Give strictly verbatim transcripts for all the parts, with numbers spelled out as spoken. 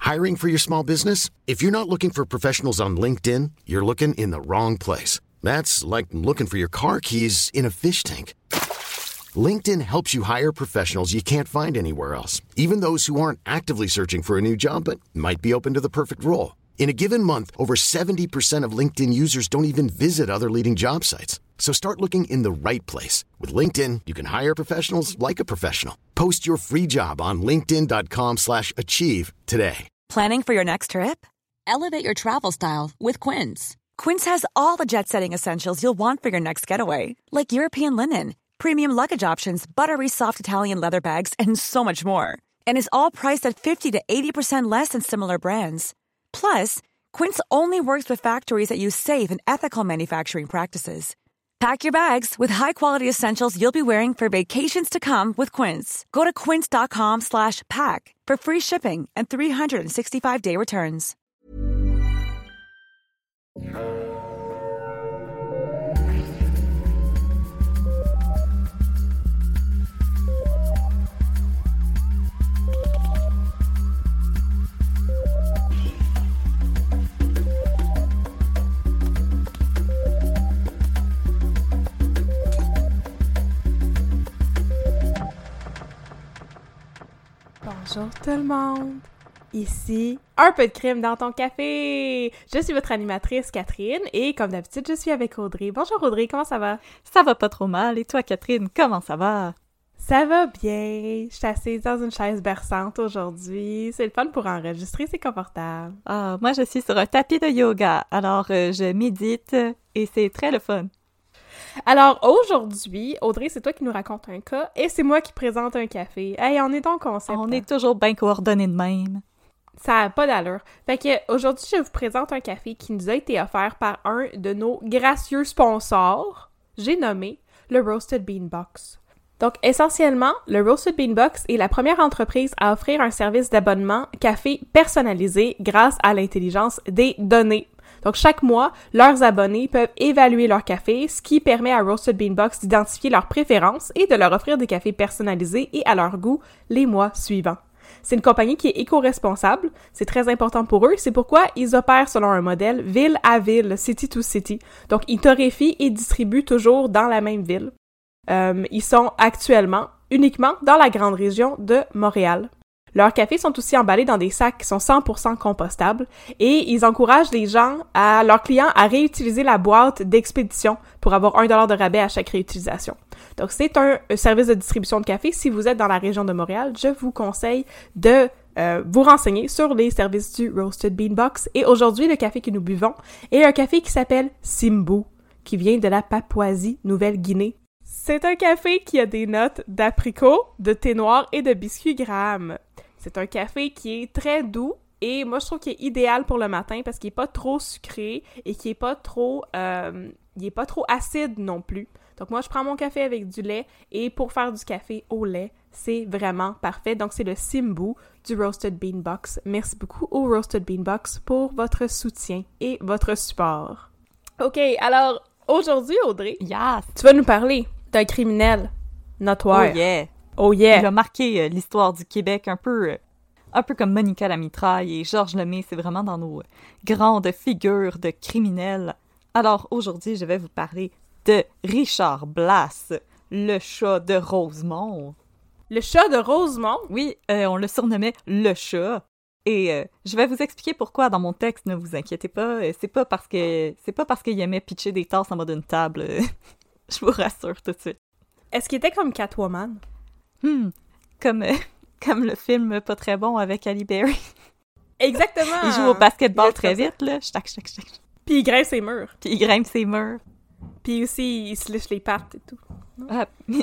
Hiring for your small business? If you're not looking for professionals on LinkedIn, you're looking in the wrong place. That's like looking for your car keys in a fish tank. LinkedIn helps you hire professionals you can't find anywhere else, even those who aren't actively searching for a new job but might be open to the perfect role. In a given month, over seventy percent of LinkedIn users don't even visit other leading job sites. So start looking in the right place. With LinkedIn, you can hire professionals like a professional. Post your free job on linkedin.com slash achieve today. Planning for your next trip? Elevate your travel style with Quince. Quince has all the jet-setting essentials you'll want for your next getaway, like European linen, premium luggage options, buttery soft Italian leather bags, and so much more. And is all priced at fifty to eighty percent less than similar brands. Plus, Quince only works with factories that use safe and ethical manufacturing practices. Pack your bags with high-quality essentials you'll be wearing for vacations to come with Quince. Go to quince.com slash pack for free shipping and three sixty-five day returns. Bonjour tout le monde! Ici, un peu de crime dans ton café! Je suis votre animatrice Catherine et comme d'habitude, je suis avec Audrey. Bonjour Audrey, comment ça va? Ça va pas trop mal. Et toi Catherine, comment ça va? Ça va bien. Je suis assise dans une chaise berçante aujourd'hui. C'est le fun pour enregistrer, c'est confortable. Ah, moi je suis sur un tapis de yoga, alors euh, je médite et c'est très le fun. Alors aujourd'hui, Audrey, c'est toi qui nous raconte un cas et c'est moi qui présente un café. Hey, on est donc concept. On est toujours bien coordonnés de même. Ça n'a pas d'allure. Fait que aujourd'hui, je vous présente un café qui nous a été offert par un de nos gracieux sponsors. J'ai nommé le Roasted Bean Box. Donc, essentiellement, le Roasted Bean Box est la première entreprise à offrir un service d'abonnement café personnalisé grâce à l'intelligence des données. Donc, chaque mois, leurs abonnés peuvent évaluer leur café, ce qui permet à Roasted Bean Box d'identifier leurs préférences et de leur offrir des cafés personnalisés et à leur goût les mois suivants. C'est une compagnie qui est éco-responsable, c'est très important pour eux, c'est pourquoi ils opèrent selon un modèle ville à ville, city to city. Donc, ils torréfient et distribuent toujours dans la même ville. Euh, ils sont actuellement uniquement dans la grande région de Montréal. Leurs cafés sont aussi emballés dans des sacs qui sont cent pour cent compostables et ils encouragent les gens, à leurs clients, à réutiliser la boîte d'expédition pour avoir un dollar de rabais à chaque réutilisation. Donc, c'est un service de distribution de café. Si vous êtes dans la région de Montréal, je vous conseille de euh, vous renseigner sur les services du Roasted Bean Box. Et aujourd'hui, le café que nous buvons est un café qui s'appelle Simbu, qui vient de la Papouasie-Nouvelle-Guinée. C'est un café qui a des notes d'abricot, de thé noir et de biscuit Graham. C'est un café qui est très doux et moi je trouve qu'il est idéal pour le matin parce qu'il est pas trop sucré et qu'il est pas trop euh, il est pas trop acide non plus. Donc moi je prends mon café avec du lait et pour faire du café au lait, c'est vraiment parfait. Donc c'est le Simbu du Roasted Bean Box. Merci beaucoup au Roasted Bean Box pour votre soutien et votre support. OK, alors aujourd'hui Audrey, yes. Tu vas nous parler d'un criminel notoire. Oh yeah! Oh yeah! Il a marqué euh, l'histoire du Québec un peu, euh, un peu comme Monica Lamitraille et Georges Lemay. C'est vraiment dans nos euh, grandes figures de criminels. Alors aujourd'hui, je vais vous parler de Richard Blass, le chat de Rosemont. Le chat de Rosemont? Oui, euh, on le surnommait le chat. Et euh, je vais vous expliquer pourquoi dans mon texte, ne vous inquiétez pas. Euh, c'est pas parce que c'est pas parce qu'il aimait pitcher des tasses en bas d'une table. Euh, je vous rassure tout de suite. Est-ce qu'il était comme Catwoman? Hmm, comme, euh, comme le film pas très bon avec Halle Berry. Exactement! Il joue au basketball très vite, là. Ch'tac, ch'tac, ch'tac. Puis il grimpe ses murs. Puis il grimpe ses murs. Puis aussi, il se liche les pattes et tout. Ah.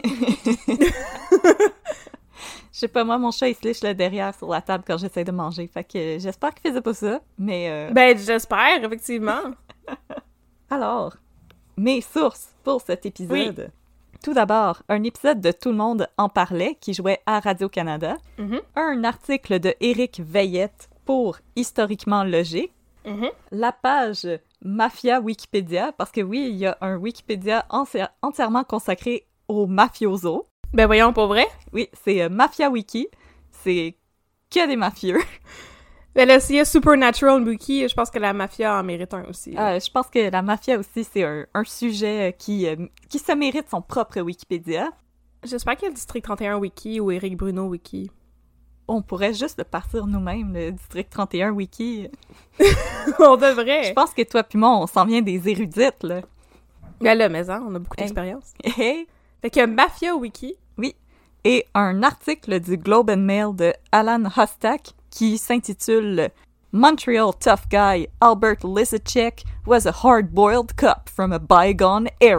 Je sais pas, moi, mon chat, il se liche le derrière sur la table quand j'essaie de manger. Fait que euh, j'espère qu'il faisait pas ça, mais... Euh... Ben, j'espère, effectivement. Alors, mes sources pour cet épisode... Oui. Tout d'abord, un épisode de Tout le monde en parlait qui jouait à Radio-Canada, mm-hmm. un article de Éric Veillette pour Historiquement Logique, mm-hmm. la page Mafia Wikipédia, parce que oui, il y a un Wikipédia enti- entièrement consacré aux mafiosos. Ben voyons, pour vrai? Oui, c'est euh, Mafia Wiki, c'est que des mafieux. Mais là, s'il y a Supernatural Wiki, je pense que la mafia en mérite un aussi. Euh, je pense que la mafia aussi, c'est un, un sujet qui, euh, qui se mérite son propre Wikipédia. J'espère qu'il y a le District trente et un Wiki ou Éric Bruno Wiki. On pourrait juste le partir nous-mêmes, le District trente et un Wiki. On devrait! Je pense que toi puis moi, on s'en vient des érudites, là. Mais là, mais hein, on a beaucoup Hey. d'expérience. Hey. Fait que Mafia Wiki. Oui. Et un article du Globe and Mail de Alan Hostak qui s'intitule « Montreal tough guy Albert Lisacek was a hard-boiled cop from a bygone era ».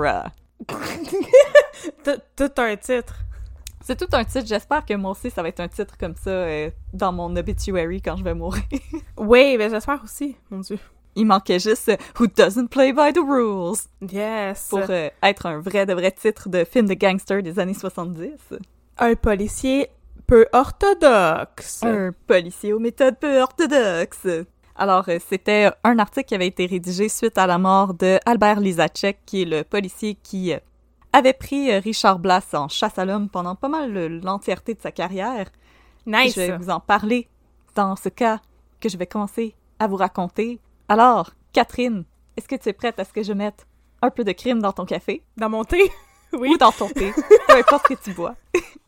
Tout tout un titre. C'est tout un titre. J'espère que moi aussi, ça va être un titre comme ça euh, dans mon obituary quand je vais mourir. Oui, mais j'espère aussi, mon Dieu. Il manquait juste euh, « Who doesn't play by the rules » Yes! pour euh, être un vrai de vrai titre de film de gangster des années soixante-dix. Un policier peu orthodoxe. Un policier aux méthodes peu orthodoxes. Alors, euh, c'était un article qui avait été rédigé suite à la mort de Albert Lisacek, qui est le policier qui euh, avait pris euh, Richard Blass en chasse à l'homme pendant pas mal le- l'entièreté de sa carrière. Nice! Je vais vous en parler dans ce cas que je vais commencer à vous raconter. Alors, Catherine, est-ce que tu es prête à ce que je mette un peu de crime dans ton café? Dans mon thé? Oui. Ou dans ton thé? Peu importe ce que tu bois.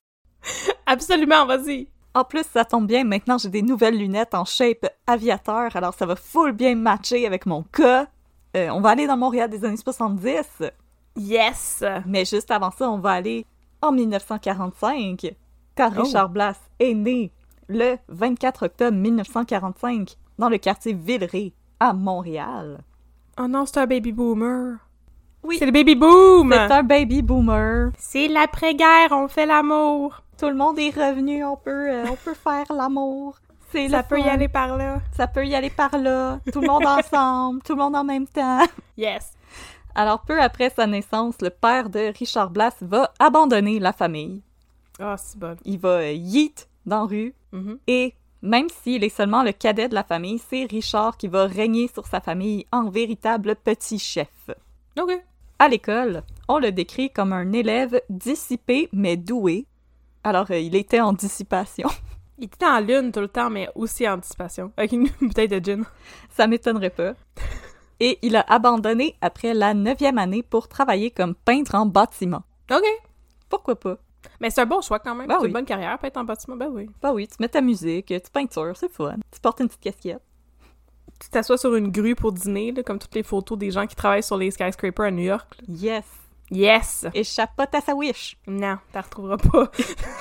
Absolument, vas-y! En plus, ça tombe bien, maintenant j'ai des nouvelles lunettes en shape aviateur, alors ça va full bien matcher avec mon cas. Euh, on va aller dans Montréal des années soixante-dix, Yes! mais juste avant ça, on va aller en mille neuf cent quarante-cinq, car Oh. Richard Blass est né le vingt-quatre octobre mille neuf cent quarante-cinq dans le quartier Villeray, à Montréal. Oh non, c'est un baby boomer. Oui, C'est le baby boom! c'est un baby boomer. C'est l'après-guerre, on fait l'amour. Tout le monde est revenu, on peut, euh, on peut faire l'amour. C'est Ça le peut y fun. aller par là. Ça peut y aller par là. Tout le monde ensemble, tout le monde en même temps. Yes. Alors, peu après sa naissance, le père de Richard Blass va abandonner la famille. Ah, c'est bon. Il va euh, yeet dans la rue. Mhm. Et même s'il est seulement le cadet de la famille, c'est Richard qui va régner sur sa famille en véritable petit chef. OK. À l'école, on le décrit comme un élève dissipé mais doué. Alors, euh, il était en dissipation. Il était en lune tout le temps, mais aussi en anticipation. Avec une bouteille de gin. Ça m'étonnerait pas. Et il a abandonné après la neuvième année pour travailler comme peintre en bâtiment. OK. Pourquoi pas? Mais c'est un bon choix quand même. Ben c'est oui. une bonne carrière, peut être en bâtiment. Ben oui. Bah oui, tu mets ta musique, tu peintures, c'est fun. Tu portes une petite casquette. Tu t'assois sur une grue pour dîner, là, comme toutes les photos des gens qui travaillent sur les skyscrapers à New York. là. Yes! Yes! Et chapeaute à sa wish! Non, t'en retrouveras pas.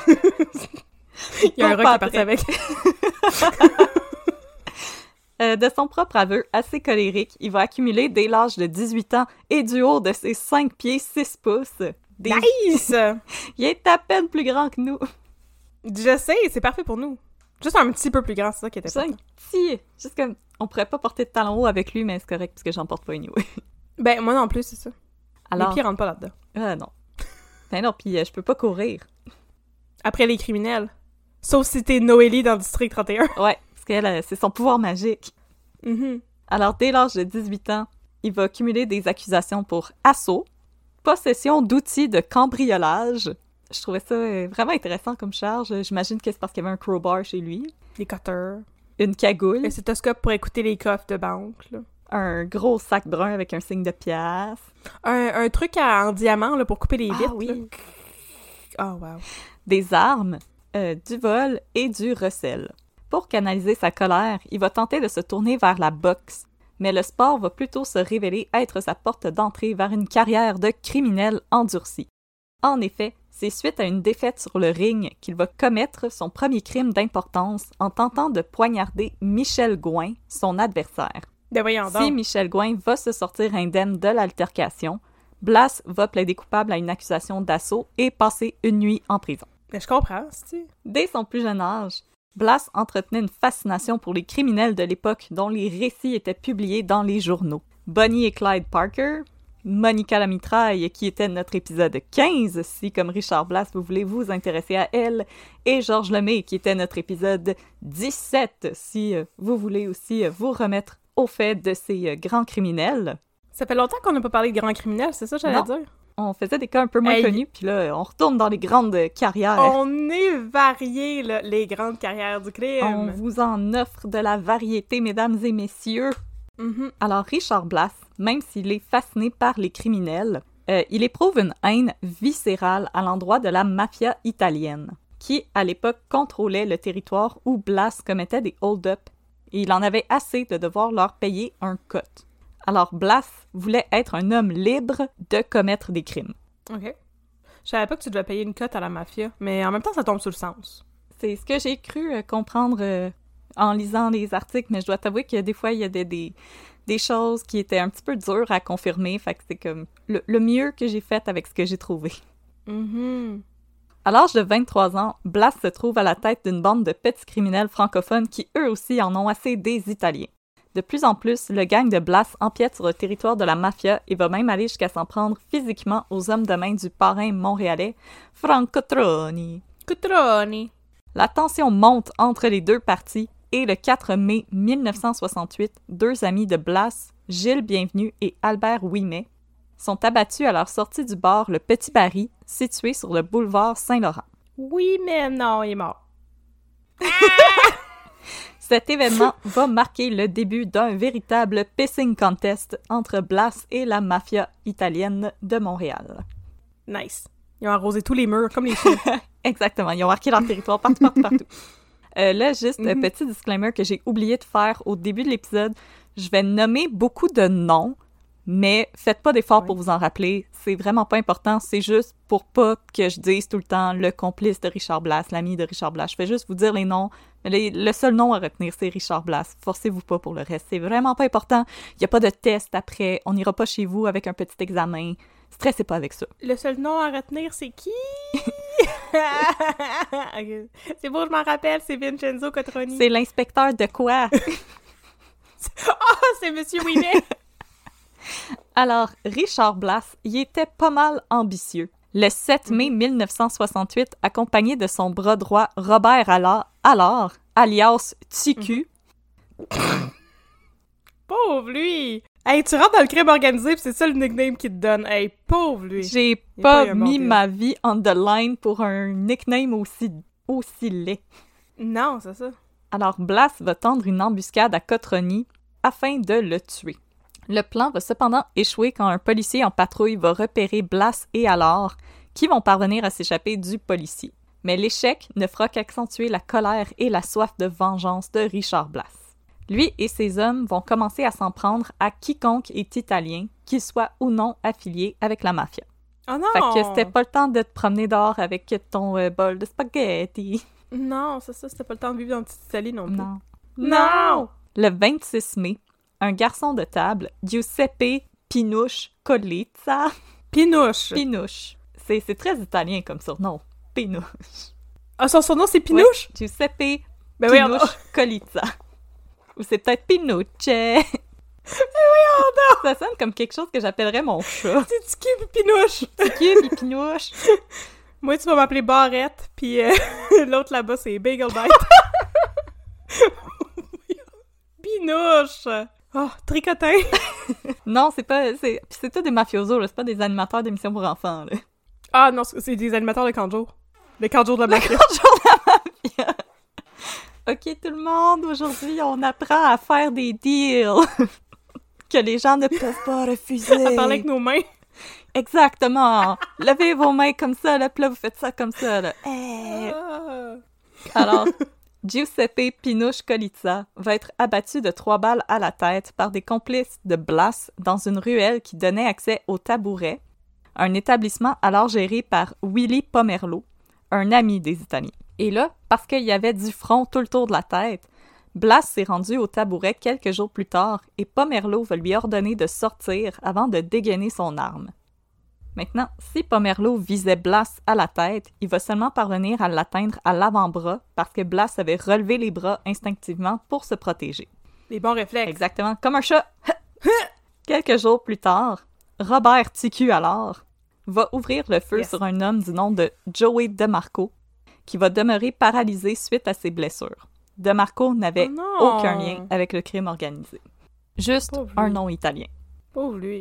Il y a un Cours rat pas qui est parti après. avec. Euh, de son propre aveu, assez colérique, il va accumuler dès l'âge de dix-huit ans et du haut de ses cinq pieds six pouces. Des... Nice! Il est à peine plus grand que nous. Je sais, c'est parfait pour nous. Juste un petit peu plus grand, c'est ça qui était C'est un important. petit... Juste comme... On pourrait pas porter de talons hauts avec lui, mais c'est correct parce que j'en porte pas anyway. Ben, moi non plus, c'est ça. Alors... Les pieds rentrent pas là-dedans. Ah non. Ben non, pis euh, je peux pas courir. Après les criminels. Sauf si t'es Noélie dans le District trente et un. Ouais, parce que euh, c'est son pouvoir magique. Mhm. Alors, dès l'âge de dix-huit ans, il va cumuler des accusations pour assaut, possession d'outils de cambriolage. Je trouvais ça euh, vraiment intéressant comme charge. J'imagine que c'est parce qu'il y avait un crowbar chez lui. Les cutters. Une cagoule. Le stéthoscope pour écouter les coffres de banque, là. Un gros sac brun avec un signe de pièce. Un, un truc à- en diamant, là, pour couper les Ah vitres. oui. là. Oh, wow. Des armes, euh, du vol et du recel. Pour canaliser sa colère, il va tenter de se tourner vers la boxe, mais le sport va plutôt se révéler être sa porte d'entrée vers une carrière de criminel endurci. En effet, c'est suite à une défaite sur le ring qu'il va commettre son premier crime d'importance en tentant de poignarder Michel Gouin, son adversaire. Ben voyons Si donc. Michel Gouin va se sortir indemne de l'altercation, Blass va plaider coupable à une accusation d'assaut et passer une nuit en prison. Ben, je comprends, c'est Dès son plus jeune âge, Blass entretenait une fascination pour les criminels de l'époque dont les récits étaient publiés dans les journaux. Bonnie et Clyde Parker, Monica la mitraille, qui était notre épisode quinze, si comme Richard Blass vous voulez vous intéresser à elle, et Georges Lemay, qui était notre épisode dix-sept, si euh, vous voulez aussi euh, vous remettre au fait de ces euh, grands criminels. Ça fait longtemps qu'on n'a pas parlé de grands criminels, c'est ça que j'allais Non. dire? on faisait des cas un peu moins Hey. connus, puis là, on retourne dans les grandes carrières. On est variés, là, les grandes carrières du crime. On vous en offre de la variété, mesdames et messieurs. Mhm. Alors, Richard Blass, même s'il est fasciné par les criminels, euh, il éprouve une haine viscérale à l'endroit de la mafia italienne, qui, à l'époque, contrôlait le territoire où Blass commettait des hold-up, et il en avait assez de devoir leur payer un cut. Alors, Blass voulait être un homme libre de commettre des crimes. OK. Je savais pas que tu devais payer une cote à la mafia, mais en même temps, ça tombe sur le sens. C'est ce que j'ai cru euh, comprendre euh, en lisant les articles, mais je dois t'avouer que des fois, il y a des, des, des choses qui étaient un petit peu dures à confirmer, fait que c'est comme le, le mieux que j'ai fait avec ce que j'ai trouvé. Mhm. À l'âge de vingt-trois ans, Blass se trouve à la tête d'une bande de petits criminels francophones qui eux aussi en ont assez des Italiens. De plus en plus, le gang de Blass empiète sur le territoire de la mafia et va même aller jusqu'à s'en prendre physiquement aux hommes de main du parrain montréalais, Franco Troni. Cutroni. La tension monte entre les deux parties et le quatre mai mille neuf cent soixante-huit, deux amis de Blass, Gilles Bienvenu et Albert Ouimet, sont abattus à leur sortie du bar Le Petit Barry, situé sur le boulevard Saint-Laurent. Oui, mais non, il est mort. Cet événement va marquer le début d'un véritable pissing contest entre Blass et la mafia italienne de Montréal. Nice. Ils ont arrosé tous les murs, comme les chiens. Exactement, ils ont marqué leur territoire partout, partout, partout. Euh, là, juste un Mhm. petit disclaimer que j'ai oublié de faire au début de l'épisode. Je vais nommer beaucoup de noms, mais faites pas d'efforts Ouais. pour vous en rappeler. C'est vraiment pas important. C'est juste pour pas que je dise tout le temps le complice de Richard Blass, l'ami de Richard Blass. Je vais juste vous dire les noms. Mais les- le seul nom à retenir, c'est Richard Blass. Forcez-vous pas pour le reste. C'est vraiment pas important. Il y a pas de test après. On n'ira pas chez vous avec un petit examen. Stressez pas avec ça. Le seul nom à retenir, c'est qui? Ok. C'est bon, je m'en rappelle, c'est Vincenzo Cotroni. C'est l'inspecteur de quoi? Ah, c'est Monsieur Ouimet! Alors, Richard Blass, il était pas mal ambitieux. Le sept mai mille neuf cent soixante-huit, accompagné de son bras droit Robert Allard, Allard alias Ticu, Pauvre lui! Hey, tu rentres dans le crime organisé pis c'est ça le nickname qu'il te donne. Hey, pauvre lui! j'ai Il est pas pas un mis mortel. ma vie on the line pour un nickname aussi, aussi laid. Non, c'est ça. Alors, Blass va tendre une embuscade à Cotroni afin de le tuer. Le plan va cependant échouer quand un policier en patrouille va repérer Blass et Allard, qui vont parvenir à s'échapper du policier. Mais l'échec ne fera qu'accentuer la colère et la soif de vengeance de Richard Blass. Lui et ses hommes vont commencer à s'en prendre à quiconque est italien, qu'il soit ou non affilié avec la mafia. Oh non! Fait que c'était pas le temps de te promener dehors avec ton euh, bol de spaghetti. Non, c'est ça, c'était pas le temps de vivre dans Petite Italie non plus. Non. Non! Le vingt-six mai, un garçon de table, Giuseppe Pinouche Colizza. Pinouche! Pinouche. C'est, c'est très italien comme surnom. Pinouche. Ah, son surnom, c'est Pinouche? Oui, Giuseppe Ben oui, Pinouche on- Colizza. Ou c'est peut-être Pinouche. Mais oui, Ça sonne comme quelque chose que j'appellerais mon chat. c'est Tiki pis Pinouche! Tiki pis Pinouche. Moi, tu vas m'appeler Barrette, pis euh, l'autre là-bas, c'est Bagel Bite. Pinouche! Oh, tricotin! Non, c'est pas... C'est, pis c'est tout des mafiosos, là. C'est pas des animateurs d'émissions pour enfants, là. Ah non, c'est des animateurs de Kanjo. Les Kanjo de la mafia. Bonjour la mafia! Ok, tout le monde, aujourd'hui, on apprend à faire des deals que les gens ne peuvent pas refuser. À parler avec nos mains. Exactement! Levez vos mains comme ça, là, puis là, vous faites ça comme ça, là. Hey. Ah. Alors, Giuseppe Pinouche Colizza va être abattu de trois balles à la tête par des complices de Blass dans une ruelle qui donnait accès au Tabouret, un établissement alors géré par Willy Pomerleau, un ami des Italiens. Et là, parce qu'il y avait du front tout le tour de la tête, Blass s'est rendu au Tabouret quelques jours plus tard et Pomerleau va lui ordonner de sortir avant de dégainer son arme. Maintenant, si Pomerleau visait Blass à la tête, il va seulement parvenir à l'atteindre à l'avant-bras parce que Blass avait relevé les bras instinctivement pour se protéger. Les bons réflexes. Exactement, comme un chat. Quelques jours plus tard, Robert Ticu alors va ouvrir le feu Yes. sur un homme du nom de Joey DeMarco qui va demeurer paralysé suite à ses blessures. DeMarco n'avait Oh non! aucun lien avec le crime organisé. Juste Pauvre un lui. nom italien. Pauvre lui.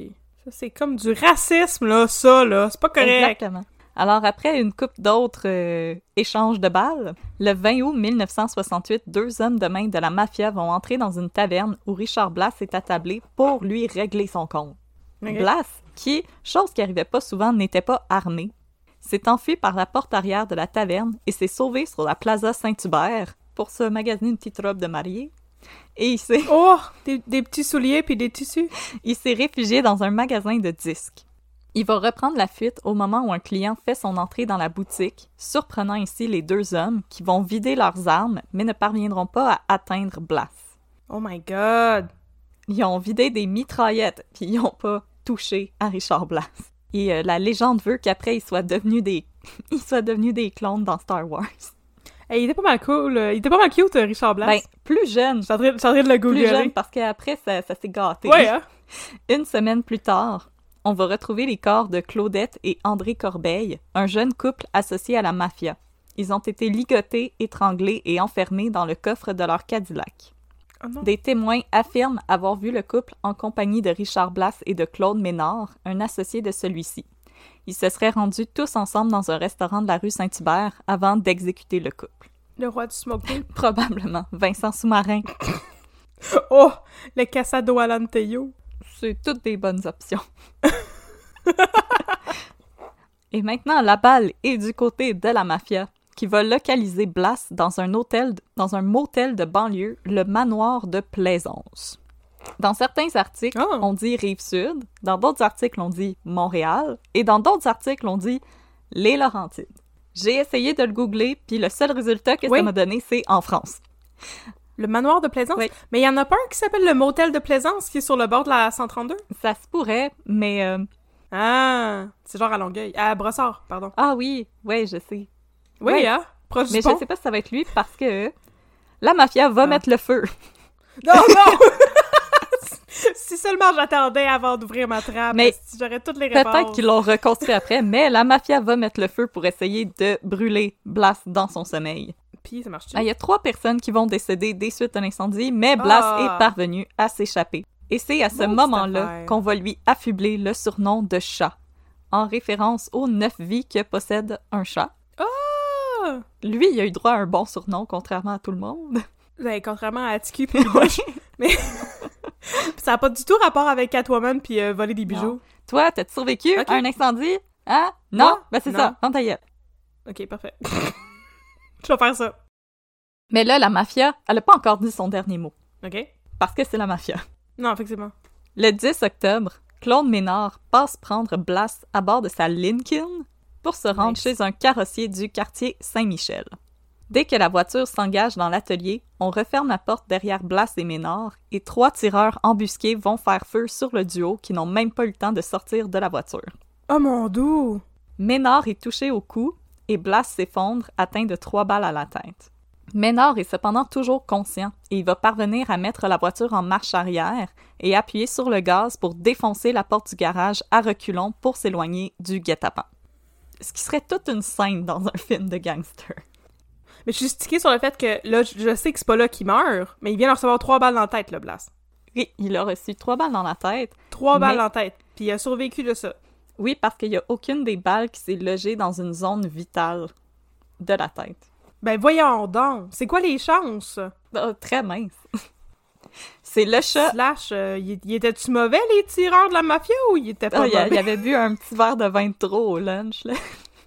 Ça, c'est comme du racisme, là, ça, là. C'est pas correct. Exactement. Alors, après une couple d'autres euh, échanges de balles, le vingt août mille neuf cent soixante-huit, deux hommes de main de la mafia vont entrer dans une taverne où Richard Blass est attablé pour lui régler son compte. Okay. Blass, qui, chose qui arrivait pas souvent, n'était pas armé, s'est enfui par la porte arrière de la taverne et s'est sauvé sur la Plaza Saint-Hubert pour se magasiner une petite robe de mariée. Et il s'est... Oh! Des, des petits souliers puis des tissus! Il s'est réfugié dans un magasin de disques. Il va reprendre la fuite au moment où un client fait son entrée dans la boutique, surprenant ainsi les deux hommes qui vont vider leurs armes mais ne parviendront pas à atteindre Blass. Oh my God! Ils ont vidé des mitraillettes puis ils n'ont pas touché à Richard Blass. Et euh, la légende veut qu'après ils soient devenus des ils soient devenus des clones dans Star Wars. Hey, il était pas mal cool. Il était pas mal cute, Richard Blass. Ben, plus jeune. Je suis en train, je suis en train de le googler. Plus jeune, parce qu'après, ça, ça s'est gâté. Ouais, hein? Une semaine plus tard, on va retrouver les corps de Claudette et André Corbeil, un jeune couple associé à la mafia. Ils ont été ligotés, étranglés et enfermés dans le coffre de leur Cadillac. Oh non. Des témoins affirment avoir vu le couple en compagnie de Richard Blass et de Claude Ménard, un associé de celui-ci. Ils se seraient rendus tous ensemble dans un restaurant de la rue Saint-Hubert avant d'exécuter le couple. Le roi du smoking? Probablement. Vincent Sous-Marin. Oh! Le Casado Alantejo. C'est toutes des bonnes options. Et maintenant, la balle est du côté de la mafia, qui va localiser Blass dans un hôtel, dans un motel de banlieue, le manoir de Plaisance. Dans certains articles, oh. on dit Rive-Sud, dans d'autres articles, on dit Montréal, et dans d'autres articles, on dit les Laurentides. J'ai essayé de le googler, puis le seul résultat que oui. ça m'a donné, c'est en France. Le manoir de Plaisance? Oui. Mais il y en a pas un qui s'appelle le motel de Plaisance, qui est sur le bord de la cent trente-deux? Ça se pourrait, mais... Euh... Ah! C'est genre à Longueuil. À Brossard, pardon. Ah oui, oui, je sais. Oui, ouais. hein? Proche mais du pont. Je sais pas si ça va être lui, parce que la mafia va ah. mettre le feu. Non, non! Si seulement j'attendais avant d'ouvrir ma trappe, mais si j'aurais toutes les réponses. Peut-être qu'ils l'ont reconstruit après, mais la mafia va mettre le feu pour essayer de brûler Blass dans son sommeil. Puis, ça marche-tu? Il ah, y a trois personnes qui vont décéder des suites de l'incendie, mais Blass ah. est parvenu à s'échapper. Et c'est à ce bon, moment-là qu'on va lui affubler le surnom de chat, en référence aux neuf vies que possède un chat. Oh! Lui, il a eu droit à un bon surnom, contrairement à tout le monde. Ben, contrairement à Atticus puis Bush. Mais ça n'a pas du tout rapport avec Catwoman puis euh, voler des bijoux. Non. Toi, t'as-tu survécu okay. à un incendie? Hein? Non? non? Ben c'est non. ça, dans ta gueule. Ok, parfait. Je vais faire ça. Mais là, la mafia, elle a pas encore dit son dernier mot. Ok. Parce que c'est la mafia. Non, effectivement. Le dix octobre, Claude Ménard passe prendre Blass à bord de sa Lincoln pour se rendre nice. chez un carrossier du quartier Saint-Michel. Dès que la voiture s'engage dans l'atelier, on referme la porte derrière Blass et Ménard et trois tireurs embusqués vont faire feu sur le duo qui n'ont même pas eu le temps de sortir de la voiture. Oh mon Dieu! Ménard est touché au cou et Blass s'effondre, atteint de trois balles à la tête. Ménard est cependant toujours conscient et il va parvenir à mettre la voiture en marche arrière et appuyer sur le gaz pour défoncer la porte du garage à reculons pour s'éloigner du guet-apens. Ce qui serait toute une scène dans un film de gangster. Mais je suis stickée sur le fait que, là, je sais que c'est pas là qu'il meurt, mais il vient de recevoir trois balles dans la tête, le Blass. Oui, il a reçu trois balles dans la tête. Trois balles mais... dans la tête, puis il a survécu de ça. Oui, parce qu'il y a aucune des balles qui s'est logée dans une zone vitale de la tête. Ben voyons donc, c'est quoi les chances? Oh, très mince. C'est le chat... Slash, euh, il, il était-tu mauvais, les tireurs de la mafia, ou il était pas oh, mauvais? Il avait bu un petit verre de vin de trop au lunch, là.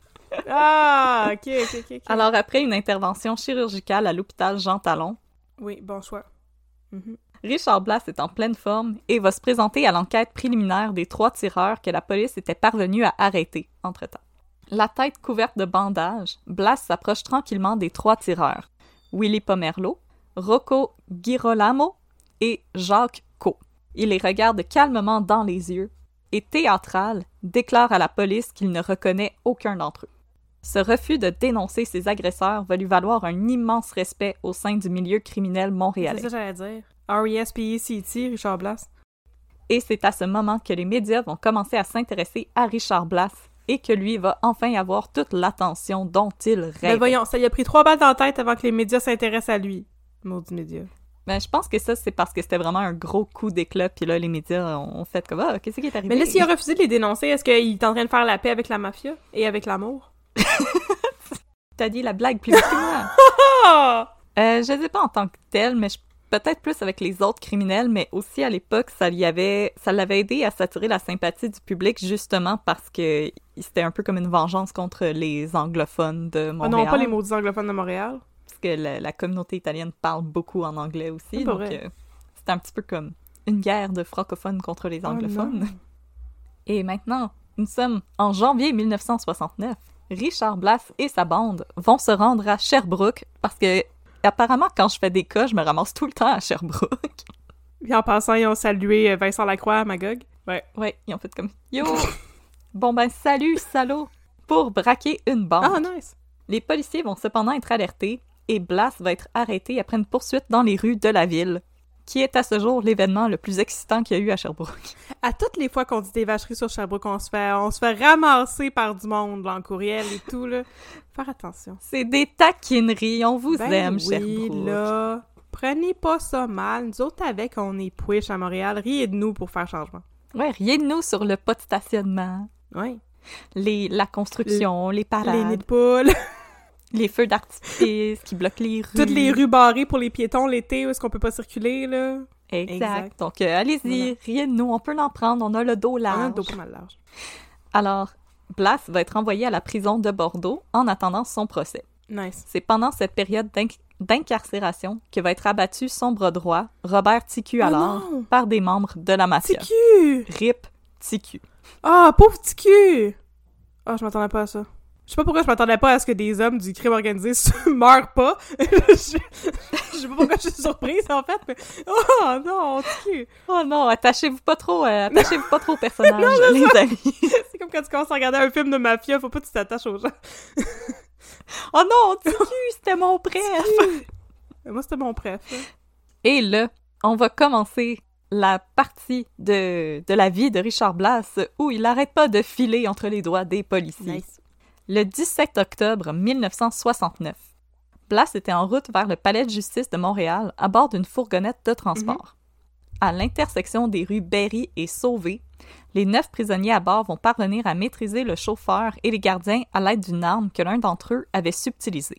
Ah, ok, ok, ok. okay. Alors, après une intervention chirurgicale à l'hôpital Jean Talon... Oui, bon choix. Mm-hmm. Richard Blass est en pleine forme et va se présenter à l'enquête préliminaire des trois tireurs que la police était parvenue à arrêter, entre-temps. La tête couverte de bandages, Blass s'approche tranquillement des trois tireurs, Willy Pomerleau, Rocco Girolamo et Jacques Co. Il les regarde calmement dans les yeux et, théâtral, déclare à la police qu'il ne reconnaît aucun d'entre eux. Ce refus de dénoncer ses agresseurs va lui valoir un immense respect au sein du milieu criminel montréalais. C'est ça que j'allais dire. R E S P E C T, Richard Blass. Et c'est à ce moment que les médias vont commencer à s'intéresser à Richard Blass et que lui va enfin avoir toute l'attention dont il rêve. Ben voyons, ça lui a pris trois balles dans la tête avant que les médias s'intéressent à lui. Maudit média. Ben, je pense que ça, c'est parce que c'était vraiment un gros coup d'éclat, puis là, les médias ont fait comme « Ah, qu'est-ce qui est arrivé? » Mais là, s'il a refusé de les dénoncer, est-ce qu'il est en train de faire la paix avec la mafia et avec l'amour? T'as dit la blague plus vite que moi. euh, je sais pas en tant que tel, mais je... peut-être plus avec les autres criminels, mais aussi à l'époque, ça lui avait, ça l'avait aidé à s'attirer la sympathie du public, justement parce que c'était un peu comme une vengeance contre les anglophones de Montréal. Ah non, pas les maudits anglophones de Montréal. Parce que la, la communauté italienne parle beaucoup en anglais aussi, donc euh, c'était un petit peu comme une guerre de francophones contre les anglophones. Oh et maintenant, nous sommes en janvier mille neuf cent soixante-neuf. Richard Blass et sa bande vont se rendre à Sherbrooke parce que, apparemment, quand je fais des cas, je me ramasse tout le temps à Sherbrooke. Puis en passant, ils ont salué Vincent Lacroix à Magog. Ouais. Ouais, ils ont fait comme « Yo! Bon ben, salut, salaud! » pour braquer une banque. Ah, nice! Les policiers vont cependant être alertés et Blass va être arrêté après une poursuite dans les rues de la ville, qui est à ce jour l'événement le plus excitant qu'il y a eu à Sherbrooke. À toutes les fois qu'on dit des vacheries sur Sherbrooke, on se fait, on se fait ramasser par du monde là, en courriel et tout, là. Faire attention. C'est des taquineries, on vous ben aime, oui, Sherbrooke. Là, prenez pas ça mal. Nous autres, avec, on est push à Montréal. Riez de nous pour faire changement. Ouais, riez de nous sur le pas de stationnement. Ouais. Les, la construction, le, les parades. Les nids de poules. Les feux d'artifice qui bloquent les rues. Toutes les rues barrées pour les piétons l'été où est-ce qu'on peut pas circuler, là. Exact. exact. Donc, euh, allez-y, voilà. Riez de nous, on peut l'en prendre, on a le dos large. On a le dos pas mal large. Alors, Blass va être envoyé à la prison de Bordeaux en attendant son procès. Nice. C'est pendant cette période d'inc- d'incarcération que va être abattu son bras droit, Robert Ticu alors, oh par des membres de la mafia. Ticu! Rip Ticu. Ah, oh, pauvre Ticu! Ah, oh, je m'attendais pas à ça. Je sais pas pourquoi je m'attendais pas à ce que des hommes du crime organisé se meurent pas. je, je sais pas pourquoi je suis surprise, en fait, mais... Oh non, Ticu! Oh non, attachez-vous pas trop, euh, attachez-vous pas trop au personnage, non, les amis. C'est comme quand tu commences à regarder un film de mafia, faut pas que tu t'attaches aux gens. Oh non, Ticu, c'était mon préf! Moi, c'était mon préf. Hein. Et là, on va commencer la partie de, de la vie de Richard Blass où il n'arrête pas de filer entre les doigts des policiers. Nice. Le dix-sept octobre mille neuf cent soixante-neuf, Blass était en route vers le palais de justice de Montréal à bord d'une fourgonnette de transport. Mm-hmm. À l'intersection des rues Berry et Sauvé, les neuf prisonniers à bord vont parvenir à maîtriser le chauffeur et les gardiens à l'aide d'une arme que l'un d'entre eux avait subtilisée.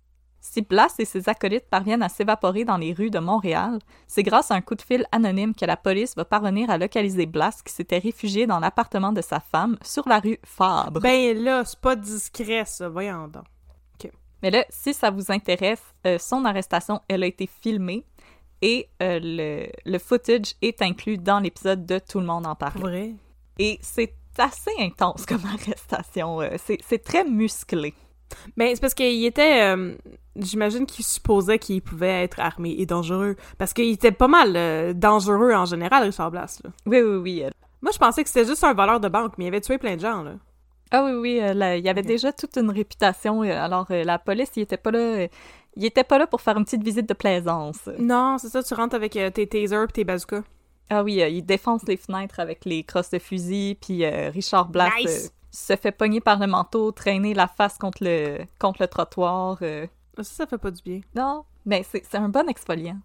Si Blass et ses acolytes parviennent à s'évaporer dans les rues de Montréal, c'est grâce à un coup de fil anonyme que la police va parvenir à localiser Blass qui s'était réfugié dans l'appartement de sa femme sur la rue Fabre. Ben là, c'est pas discret ça, voyons donc. Okay. Mais là, si ça vous intéresse, euh, son arrestation, elle a été filmée et euh, le, le footage est inclus dans l'épisode de Tout le monde en parle. Vrai. Et c'est assez intense comme arrestation, euh, c'est, c'est très musclé. Mais c'est parce qu'il était... Euh, j'imagine qu'il supposait qu'il pouvait être armé et dangereux. Parce qu'il était pas mal euh, dangereux en général, Richard Blass. Là. Oui, oui, oui. Euh... Moi, je pensais que c'était juste un voleur de banque, mais il avait tué plein de gens, là. Ah oui, oui. Euh, là, il y avait okay. déjà toute une réputation. Euh, alors, euh, la police, il était pas là... Euh, il était pas là pour faire une petite visite de plaisance. Non, c'est ça. Tu rentres avec euh, tes tasers et tes bazookas. Ah oui, euh, il défonce les fenêtres avec les crosses de fusil, puis euh, Richard Blass... Nice! Euh, se fait pogner par le manteau, traîner la face contre le, contre le trottoir. Euh... Ça, ça fait pas du bien. Non, mais c'est, c'est un bon exfoliant.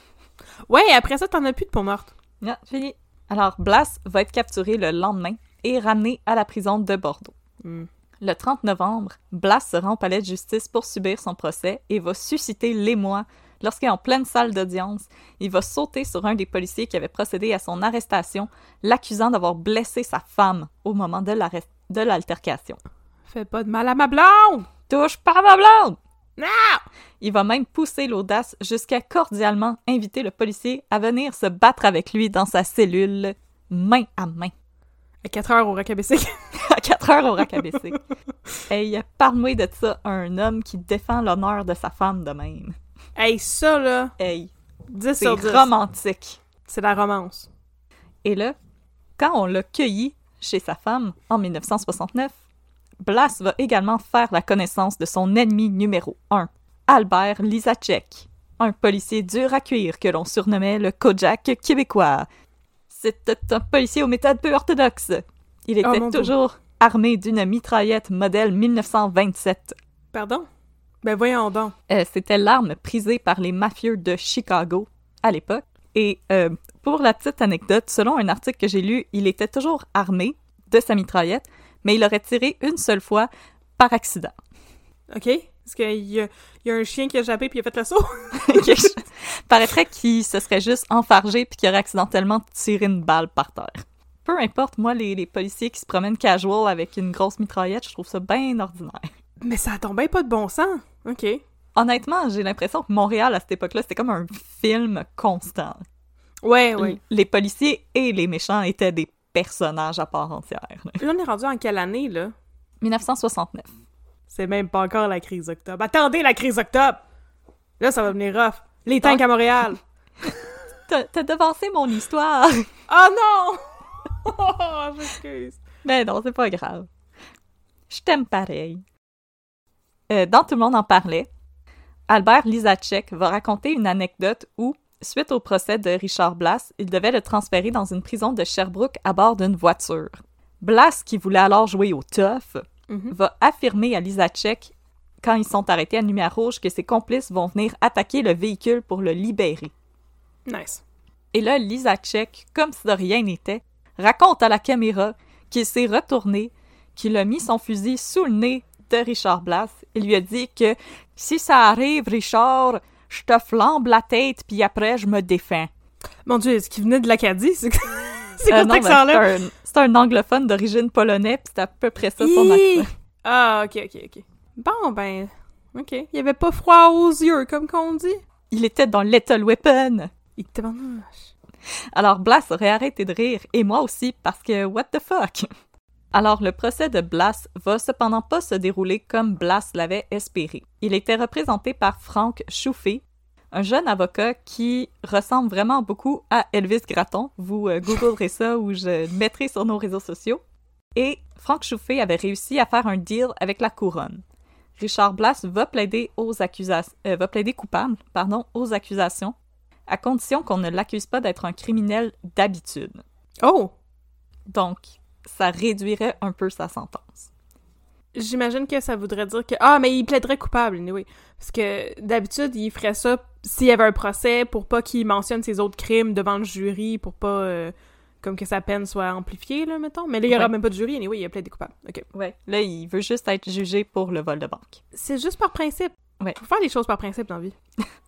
Ouais, après ça, t'en as plus de peau morte. Non, fini. Alors, Blass va être capturé le lendemain et ramené à la prison de Bordeaux. Mm. Le trente novembre, Blass se rend au palais de justice pour subir son procès et va susciter l'émoi lorsqu'en pleine salle d'audience, il va sauter sur un des policiers qui avait procédé à son arrestation, l'accusant d'avoir blessé sa femme au moment de l'arrest. de l'altercation. Fais pas de mal à ma blonde! Touche pas à ma blonde! Non! Il va même pousser l'audace jusqu'à cordialement inviter le policier à venir se battre avec lui dans sa cellule, main à main. À quatre heures au rack A B C. À quatre heures au rack A B C. Hey, parle-moi de ça, un homme qui défend l'honneur de sa femme de même. Hey, ça là! Hey, dix c'est sur dix. Romantique. C'est la romance. Et là, quand on l'a cueilli chez sa femme, en dix-neuf cent soixante-neuf, Blass va également faire la connaissance de son ennemi numéro un, Albert Lisacek, un policier dur à cuire que l'on surnommait le Kojak québécois. C'était un policier aux méthodes peu orthodoxes. Il était oh, toujours Dieu. armé d'une mitraillette modèle dix-neuf cent vingt-sept. Pardon? Ben voyons donc. Euh, c'était l'arme prisée par les mafieux de Chicago à l'époque. Et euh, pour la petite anecdote, selon un article que j'ai lu, il était toujours armé de sa mitraillette, mais il aurait tiré une seule fois par accident. OK. Est-ce qu'il y a, il y a un chien qui a jappé puis il a fait le saut? Paraîtrait qu'il se serait juste enfargé puis qu'il aurait accidentellement tiré une balle par terre. Peu importe, moi, les, les policiers qui se promènent casual avec une grosse mitraillette, je trouve ça bien ordinaire. Mais ça tombe bien pas de bon sens. OK. Honnêtement, j'ai l'impression que Montréal, à cette époque-là, c'était comme un film constant. Ouais, ouais. Les policiers et les méchants étaient des personnages à part entière. Là, là on est rendu en quelle année, là? dix-neuf cent soixante-neuf. C'est même pas encore la crise d'octobre. Attendez, la crise d'octobre! Là, ça va venir rough. Les tanks à Montréal! T'as, t'as devancé mon histoire! Oh non! Oh, j'excuse. Mais non, c'est pas grave. Je t'aime pareil. Euh, dans Tout le monde en parlait, Albert Lisacek va raconter une anecdote où, suite au procès de Richard Blass, il devait le transférer dans une prison de Sherbrooke à bord d'une voiture. Blass, qui voulait alors jouer au tough, mm-hmm. va affirmer à Lisacek, quand ils sont arrêtés à lumière rouge, que ses complices vont venir attaquer le véhicule pour le libérer. Nice. Et là, Lisacek, comme si de rien n'était, raconte à la caméra qu'il s'est retourné, qu'il a mis son fusil sous le nez de Richard Blass. Il lui a dit que « Si ça arrive, Richard, je te flambe la tête, puis après, je me défends. » Mon Dieu, est-ce qu'il venait de l'Acadie? C'est, c'est euh, quoi cet accent-là? C'est un, c'est un anglophone d'origine polonais, puis c'est à peu près ça son Hi! accent. Ah, ok, ok, ok. Bon, ben, ok. Il avait pas froid aux yeux, comme qu'on dit. Il était dans Lethal Weapon. Il était manche. Alors, Blass aurait arrêté de rire, et moi aussi, parce que what the fuck? Alors, le procès de Blass va cependant pas se dérouler comme Blass l'avait espéré. Il était représenté par Frank Chouffé, un jeune avocat qui ressemble vraiment beaucoup à Elvis Gratton. Vous euh, googlerez ça ou je le mettrai sur nos réseaux sociaux. Et Frank Chouffé avait réussi à faire un deal avec la couronne. Richard Blass va plaider, aux accusations, euh, va plaider coupable pardon, aux accusations, à condition qu'on ne l'accuse pas d'être un criminel d'habitude. Oh! Donc, ça réduirait un peu sa sentence. J'imagine que ça voudrait dire que... Ah, mais il plaiderait coupable, anyway. Parce que d'habitude, il ferait ça s'il y avait un procès pour pas qu'il mentionne ses autres crimes devant le jury, pour pas... Euh, comme que sa peine soit amplifiée, là, mettons. Mais là, il y aura ouais. même pas de jury, anyway, il a plaidé coupable. OK. Ouais. Là, il veut juste être jugé pour le vol de banque. C'est juste par principe. Ouais. Faut faire les choses par principe dans la vie.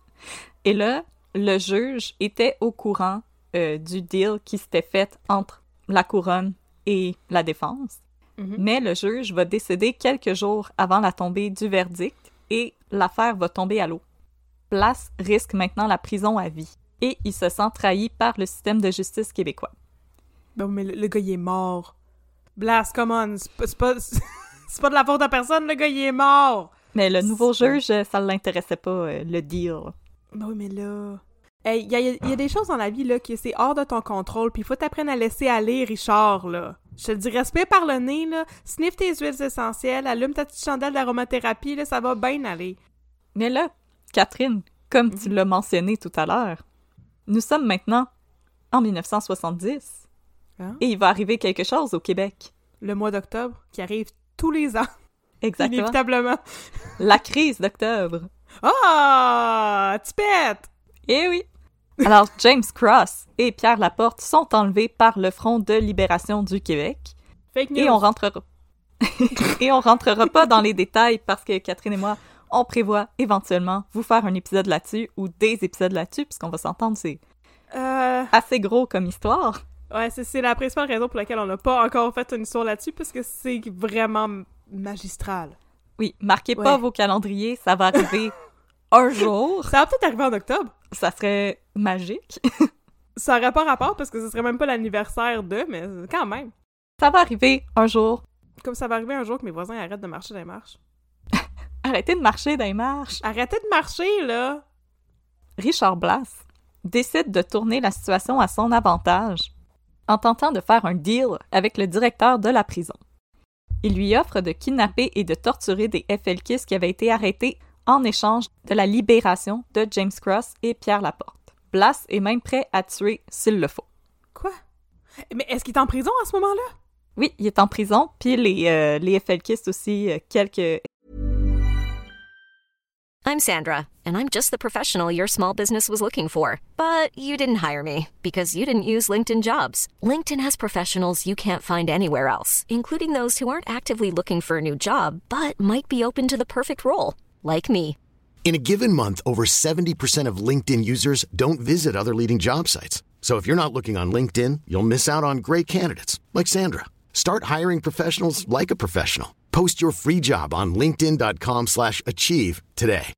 Et là, le juge était au courant euh, du deal qui s'était fait entre la couronne et la défense. Mm-hmm. Mais le juge va décéder quelques jours avant la tombée du verdict et l'affaire va tomber à l'eau. Blass risque maintenant la prison à vie et il se sent trahi par le système de justice québécois. Bon, mais le, le gars, il est mort. Blass, come on, c'est pas, c'est pas, c'est pas de la faute à personne, le gars, il est mort! Mais le nouveau c'est... juge, ça l'intéressait pas, euh, le deal. Ben oui, mais là... Il hey, y, y, y a des choses dans la vie, là, que c'est hors de ton contrôle, puis il faut t'apprendre à laisser aller, Richard, là. Je te le dis, respire par le nez, là, sniff tes huiles essentielles, allume ta petite chandelle d'aromathérapie, là, ça va bien aller. Mais là, Catherine, comme mm-hmm. tu l'as mentionné tout à l'heure, nous sommes maintenant en dix-neuf cent soixante-dix, hein? Et il va arriver quelque chose au Québec. Le mois d'octobre, qui arrive tous les ans. Exactement. Inévitablement. La crise d'octobre. Ah! Tu pètes! Eh oui! Alors, James Cross et Pierre Laporte sont enlevés par le Front de libération du Québec. Fake news. Et on rentrera... et on rentrera pas dans les détails parce que Catherine et moi, on prévoit éventuellement vous faire un épisode là-dessus ou des épisodes là-dessus, puisqu'on va s'entendre, c'est euh... assez gros comme histoire. Ouais, c'est, c'est la principale raison pour laquelle on n'a pas encore fait une histoire là-dessus, parce que c'est vraiment magistral. Oui, marquez ouais. pas vos calendriers, ça va arriver un jour. Ça va peut-être arriver en octobre. Ça serait magique. Ça n'aurait pas rapport, parce que ce serait même pas l'anniversaire de, mais quand même. Ça va arriver un jour. Comme ça va arriver un jour que mes voisins arrêtent de marcher dans les marches. Arrêtez de marcher dans les marches. Arrêtez de marcher, là! Richard Blass décide de tourner la situation à son avantage en tentant de faire un deal avec le directeur de la prison. Il lui offre de kidnapper et de torturer des F L Q I S qui avaient été arrêtés en échange de la libération de James Cross et Pierre Laporte. Blass est même prêt à tuer s'il le faut. Quoi? Mais est-ce qu'il est en prison à ce moment-là? Oui, il est en prison, puis les, euh, les F L Q I S aussi, euh, quelques... I'm Sandra, and I'm just the professional your small business was looking for. But you didn't hire me because you didn't use LinkedIn Jobs. LinkedIn has professionals you can't find anywhere else, including those who aren't actively looking for a new job, but might be open to the perfect role, like me. In a given month, over seventy percent of LinkedIn users don't visit other leading job sites. So if you're not looking on LinkedIn, you'll miss out on great candidates like Sandra. Start hiring professionals like a professional. Post your free job on linkedin.com slash achieve today.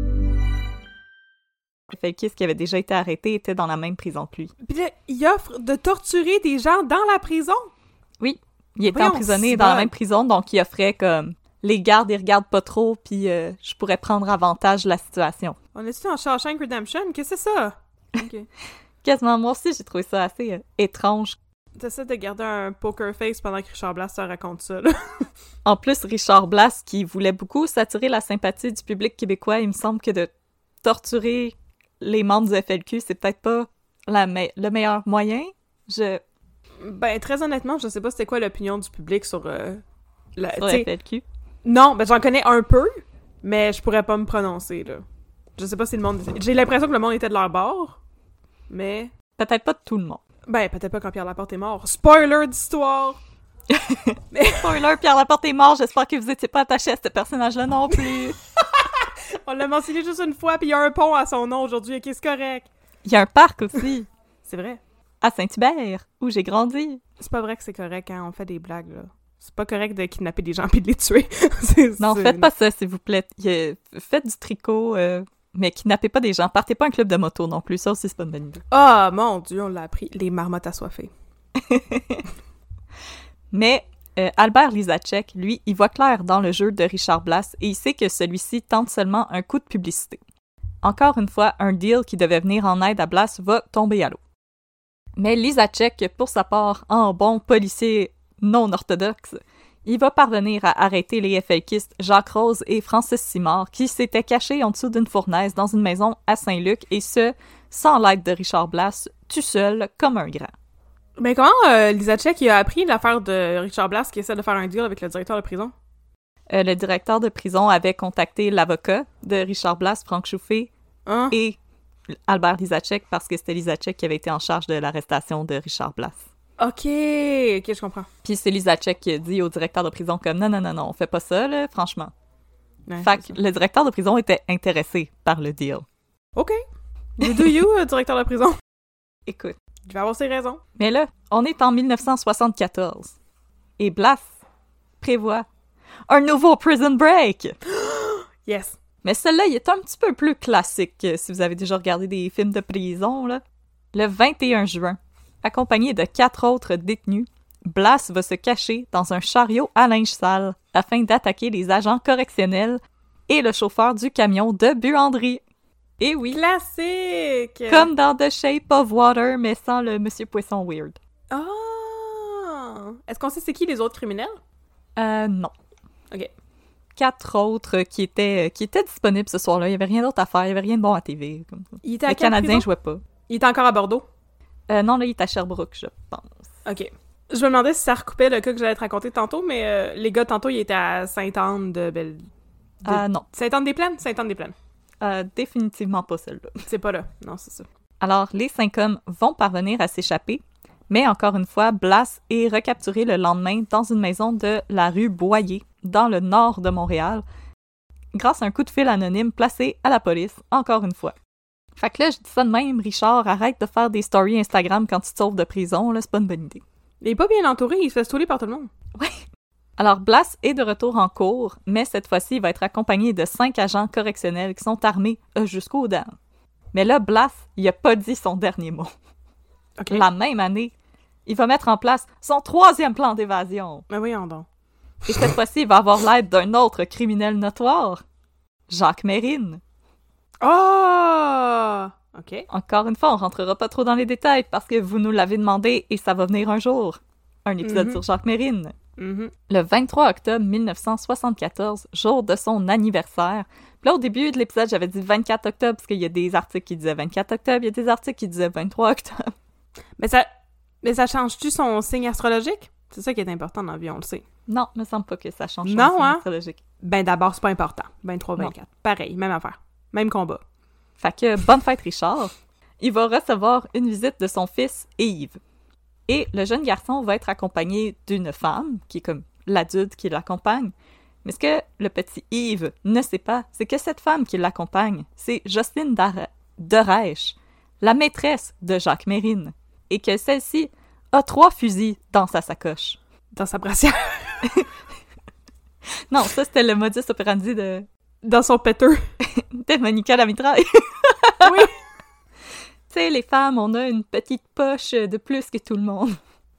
Felkis, qui avait déjà été arrêté, était dans la même prison que lui. Puis là, il offre de torturer des gens dans la prison? Oui, il était Voyons, emprisonné c'est dans la bon. même prison, donc il offrait comme les gardes, ils regardent pas trop, puis euh, je pourrais prendre avantage de la situation. On est-tu dans Shawshank Redemption? Qu'est-ce que c'est ça? OK. Quasiment, moi aussi, j'ai trouvé ça assez euh, étrange. T'essaies de garder un poker face pendant que Richard Blass te raconte ça, là. En plus, Richard Blass, qui voulait beaucoup s'attirer la sympathie du public québécois, il me semble que de torturer les membres du F L Q, c'est peut-être pas la me- le meilleur moyen. Je... Ben, très honnêtement, je sais pas c'était quoi l'opinion du public sur... Euh, la, Sur t'sais- F L Q. Non, ben j'en connais un peu, mais je pourrais pas me prononcer, là. Je sais pas si le monde... J'ai l'impression que le monde était de leur bord, mais... Peut-être pas de tout le monde. Ben, peut-être pas quand Pierre Laporte est mort. Spoiler d'histoire! mais... Spoiler, Pierre Laporte est mort, j'espère que vous étiez pas attaché à ce personnage-là non plus. On l'a mentionné juste une fois, puis il y a un pont à son nom aujourd'hui, ok, c'est correct. Il y a un parc aussi, C'est vrai. à Saint-Hubert, où j'ai grandi. C'est pas vrai que c'est correct quand on fait des blagues, là. C'est pas correct de kidnapper des gens puis de les tuer. c'est, Non, c'est... faites pas ça, s'il vous plaît. Il y a- Faites du tricot, euh, mais kidnappez pas des gens. Partez pas un club de moto non plus, ça aussi, c'est pas une bonne idée. Ah, mon Dieu, on l'a appris. Les marmottes assoiffées. Mais euh, Albert Lisacek, lui, il voit clair dans le jeu de Richard Blass et il sait que celui-ci tente seulement un coup de publicité. Encore une fois, un deal qui devait venir en aide à Blass va tomber à l'eau. Mais Lisacek, pour sa part, en bon policier non orthodoxe, il va parvenir à arrêter les FLQistes Jacques Rose et Francis Simard qui s'étaient cachés en dessous d'une fournaise dans une maison à Saint-Luc et ce, sans l'aide de Richard Blass, tout seul comme un grand. Mais comment euh, Lisacek il a appris l'affaire de Richard Blass qui essaie de faire un deal avec le directeur de prison? Euh, le directeur de prison avait contacté l'avocat de Richard Blass, Franck Chouffé, Hein? et Albert Lisacek parce que c'était Lisacek qui avait été en charge de l'arrestation de Richard Blass. Ok, ok, je comprends. Puis c'est Lisacek qui a dit au directeur de prison comme « Non, non, non, non, on fait pas ça, là, franchement. Ouais, » Fait c'est que ça. le directeur de prison était intéressé par le deal. Ok. You do you, euh, directeur de prison. Écoute. Il va avoir ses raisons. Mais là, on est en dix-neuf cent soixante-quatorze. Et Blass prévoit un nouveau Prison Break! Yes. Mais celui-là, il est un petit peu plus classique, euh, si vous avez déjà regardé des films de prison, là. Le vingt et un juin, accompagné de quatre autres détenus, Blass va se cacher dans un chariot à linge sale afin d'attaquer les agents correctionnels et le chauffeur du camion de buanderie. Et oui, Classique! comme dans The Shape of Water, mais sans le Monsieur Poisson weird. Ah! Est-ce qu'on sait c'est qui les autres criminels? Euh, non. Ok. Quatre autres qui étaient, qui étaient disponibles ce soir-là. Il n'y avait rien d'autre à faire. Il n'y avait rien de bon à T V. Comme ça. Il était à Le quelle Canadien prison? jouait pas. Il était encore à Bordeaux? Euh, non, là, il est à Sherbrooke, je pense. Ok. Je me demandais si ça recoupait le cas que j'allais te raconter tantôt, mais euh, les gars, tantôt, ils étaient à Sainte-Anne de Belle... de- Ah non, Sainte-Anne-des-Plaines? Sainte-Anne-des-Plaines. Euh, définitivement pas celle-là. C'est pas là. Non, c'est ça. Alors, les cinq hommes vont parvenir à s'échapper, mais encore une fois, Blass est recapturé le lendemain dans une maison de la rue Boyer, dans le nord de Montréal, grâce à un coup de fil anonyme placé à la police, encore une fois. Fait que là, je dis ça de même, Richard, arrête de faire des stories Instagram quand tu te sauves de prison, là, c'est pas une bonne idée. Il est pas bien entouré, il se fait stouler par tout le monde. Alors, Blass est de retour en cours, mais cette fois-ci, il va être accompagné de cinq agents correctionnels qui sont armés euh, jusqu'aux dents. Mais là, Blass, il a pas dit son dernier mot. Ok. La même année, il va mettre en place son troisième plan d'évasion. Mais voyons donc. Et cette fois-ci, il va avoir l'aide d'un autre criminel notoire, Jacques Mérine. Oh! Ok. Encore une fois, on rentrera pas trop dans les détails parce que vous nous l'avez demandé et ça va venir un jour. Un épisode Mhm. sur Jacques Mérine. Mhm. Le vingt-trois octobre mille neuf cent soixante-quatorze, jour de son anniversaire. Puis là, au début de l'épisode, j'avais dit vingt-quatre octobre parce qu'il y a des articles qui disaient vingt-quatre octobre, il y a des articles qui disaient vingt-trois octobre. Mais ça... Mais ça change-tu son signe astrologique? C'est ça qui est important dans la vie, on le sait. Non, me semble pas que ça change. Non, son hein? astrologique. Ben d'abord, c'est pas important. vingt-trois vingt-quatre. Pareil, même affaire. Même combat. Fait que, bonne fête, Richard. Il va recevoir une visite de son fils, Yves. Et le jeune garçon va être accompagné d'une femme, qui est comme l'adulte qui l'accompagne. Mais ce que le petit Yves ne sait pas, c'est que cette femme qui l'accompagne, c'est Jocelyne de Rêche, la maîtresse de Jacques Mérine, et que celle-ci a trois fusils dans sa sacoche. Dans sa brassière. Non, ça, c'était le modus operandi de... Dans son péteux. de Monica la mitraille. Oui. Tu sais, les femmes, on a une petite poche de plus que tout le monde.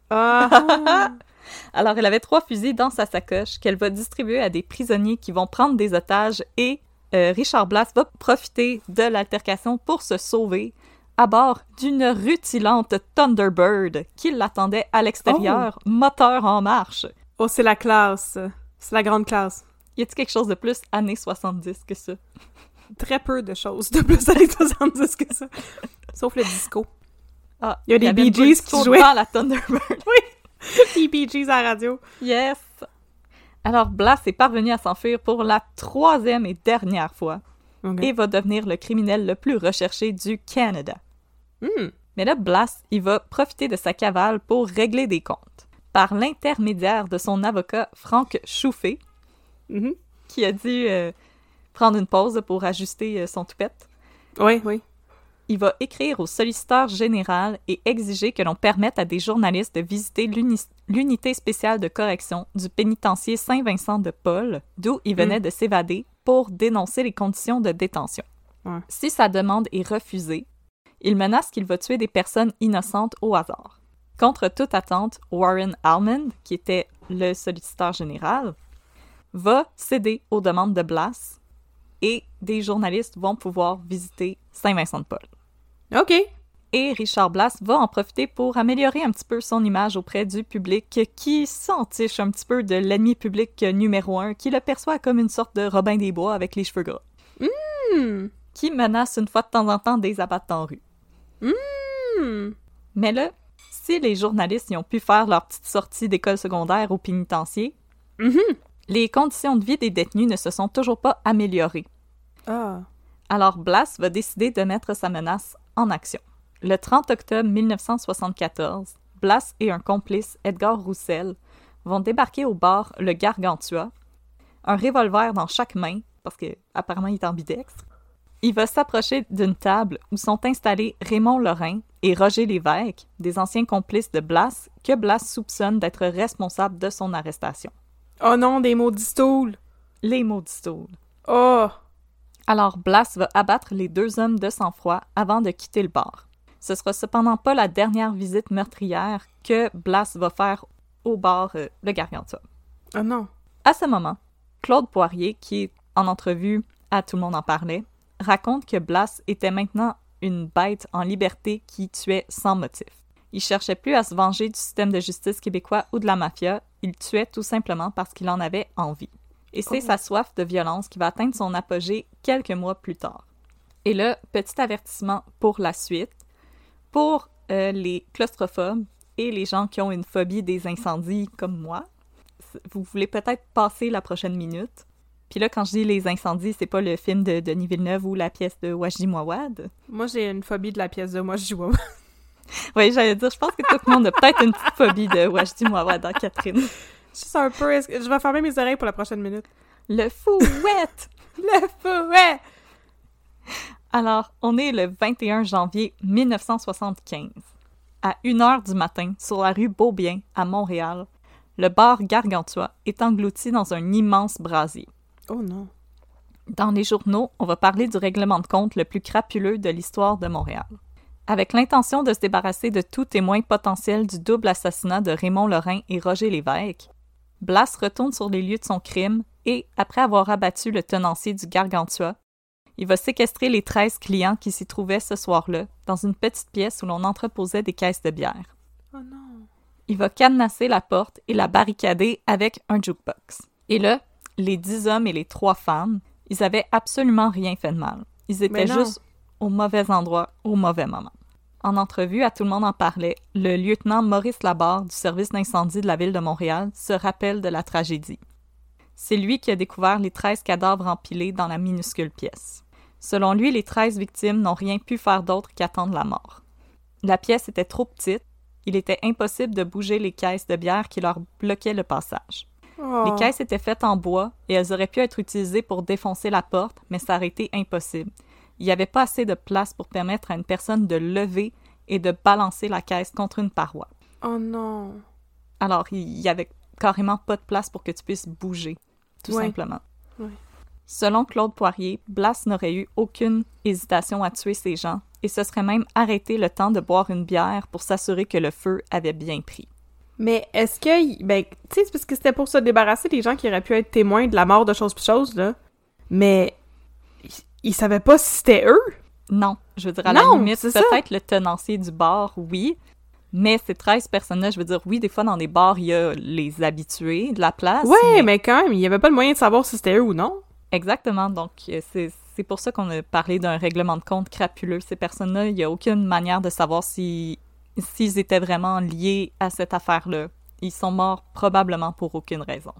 Ah. Alors, elle avait trois fusils dans sa sacoche qu'elle va distribuer à des prisonniers qui vont prendre des otages et euh, Richard Blass va profiter de l'altercation pour se sauver à bord d'une rutilante Thunderbird qui l'attendait à l'extérieur, oh. moteur en marche. Oh, c'est la classe. C'est la grande classe. Y a-t-il quelque chose de plus années soixante-dix que ça? Très peu de choses de plus années soixante-dix que ça. Sauf le disco. Ah, il y a des Bee Gees qui jouaient. Dans la Thunderbird. Oui! Les Bee Gees à la radio. Yes! Alors, Blass est parvenu à s'enfuir pour la troisième et dernière fois okay. et va devenir le criminel le plus recherché du Canada. Mm. Mais là, Blass, il va profiter de sa cavale pour régler des comptes. Par l'intermédiaire de son avocat Franck Chouffé, mm-hmm. qui a dû euh, prendre une pause pour ajuster euh, son toupette. Oui, oui. Il va écrire au solliciteur général et exiger que l'on permette à des journalistes de visiter l'uni- l'unité spéciale de correction du pénitencier Saint-Vincent-de-Paul, d'où il venait mm. de s'évader, pour dénoncer les conditions de détention. Ouais. Si sa demande est refusée, il menace qu'il va tuer des personnes innocentes au hasard. Contre toute attente, Warren Almond, qui était le solliciteur général, va céder aux demandes de Blass et des journalistes vont pouvoir visiter Saint-Vincent-de-Paul. OK. Et Richard Blass va en profiter pour améliorer un petit peu son image auprès du public qui s'entiche un petit peu de l'ennemi public numéro un, qui le perçoit comme une sorte de Robin des Bois avec les cheveux gras. Mm. Qui menace une fois de temps en temps des abattre en rue. Mm. Mais là, si les journalistes y ont pu faire leur petite sortie d'école secondaire au pénitencier, mm-hmm. les conditions de vie des détenus ne se sont toujours pas améliorées. Ah. Alors Blass va décider de mettre sa menace en action. Le trente octobre mille neuf cent soixante-quatorze, Blass et un complice, Edgar Roussel, vont débarquer au bar Le Gargantua, un revolver dans chaque main, parce que apparemment il est ambidextre. Il va s'approcher d'une table où sont installés Raymond Lorrain et Roger Lévesque, des anciens complices de Blass, que Blass soupçonne d'être responsable de son arrestation. Oh non, des maudits stools! Les maudits stools. Oh! Alors Blass va abattre les deux hommes de sang-froid avant de quitter le bar. Ce sera cependant pas la dernière visite meurtrière que Blass va faire au bar euh, Le Gargantua. Oh non! À ce moment, Claude Poirier, qui est en entrevue à Tout le monde en parlait, raconte que Blass était maintenant une bête en liberté qui tuait sans motif. Il cherchait plus à se venger du système de justice québécois ou de la mafia, il tuait tout simplement parce qu'il en avait envie. Et c'est oh. sa soif de violence qui va atteindre son apogée quelques mois plus tard. Et là, petit avertissement pour la suite. Pour euh, les claustrophobes et les gens qui ont une phobie des incendies comme moi, vous voulez peut-être passer la prochaine minute. Puis là, quand je dis les incendies, c'est pas le film de Denis Villeneuve ou la pièce de Wajdi Mouawad. Moi, j'ai une phobie de la pièce de Wajdi Mouawad. Oui, j'allais dire, je pense que tout le monde a peut-être une petite phobie de Wajdi Mouawad dans Catherine. Juste un peu... Je vais fermer mes oreilles pour la prochaine minute. Le fouet! Le fouet! Alors, on est le vingt et un janvier mille neuf cent soixante-quinze. À une heure du matin, sur la rue Beaubien, à Montréal, le bar Gargantua est englouti dans un immense brasier. Oh non! Dans les journaux, on va parler du règlement de compte le plus crapuleux de l'histoire de Montréal. Avec l'intention de se débarrasser de tout témoin potentiel du double assassinat de Raymond Lorrain et Roger Lévesque, Blass retourne sur les lieux de son crime et, après avoir abattu le tenancier du Gargantua, il va séquestrer les treize clients qui s'y trouvaient ce soir-là dans une petite pièce où l'on entreposait des caisses de bière. Oh non! Il va cadenasser la porte et la barricader avec un jukebox. Et là, les dix hommes et les trois femmes, ils avaient absolument rien fait de mal. Ils étaient juste au mauvais endroit, au mauvais moment. En entrevue, à Tout le monde en parlait, le lieutenant Maurice Labarre du service d'incendie de la ville de Montréal se rappelle de la tragédie. C'est lui qui a découvert les treize cadavres empilés dans la minuscule pièce. Selon lui, les treize victimes n'ont rien pu faire d'autre qu'attendre la mort. La pièce était trop petite, il était impossible de bouger les caisses de bière qui leur bloquaient le passage. Oh. Les caisses étaient faites en bois et elles auraient pu être utilisées pour défoncer la porte, mais ça aurait été impossible. Il n'y avait pas assez de place pour permettre à une personne de lever et de balancer la caisse contre une paroi. Oh non! Alors, il n'y avait carrément pas de place pour que tu puisses bouger, tout ouais. simplement. Ouais. Selon Claude Poirier, Blas n'aurait eu aucune hésitation à tuer ces gens et se serait même arrêté le temps de boire une bière pour s'assurer que le feu avait bien pris. Mais est-ce que... Ben, tu sais, c'est parce que c'était pour se débarrasser des gens qui auraient pu être témoins de la mort de choses pis choses, là. Mais... Ils savaient pas si c'était eux? Non. Je veux dire, à non, la limite, peut-être ça. Le tenancier du bar, oui. Mais ces treize personnes-là, je veux dire, oui, des fois, dans des bars, il y a les habitués de la place. Ouais, mais, mais quand même, il y avait pas de moyen de savoir si c'était eux ou non. Exactement. Donc, c'est, c'est pour ça qu'on a parlé d'un règlement de compte crapuleux. Ces personnes-là, il n'y a aucune manière de savoir si, s'ils étaient vraiment liés à cette affaire-là. Ils sont morts probablement pour aucune raison.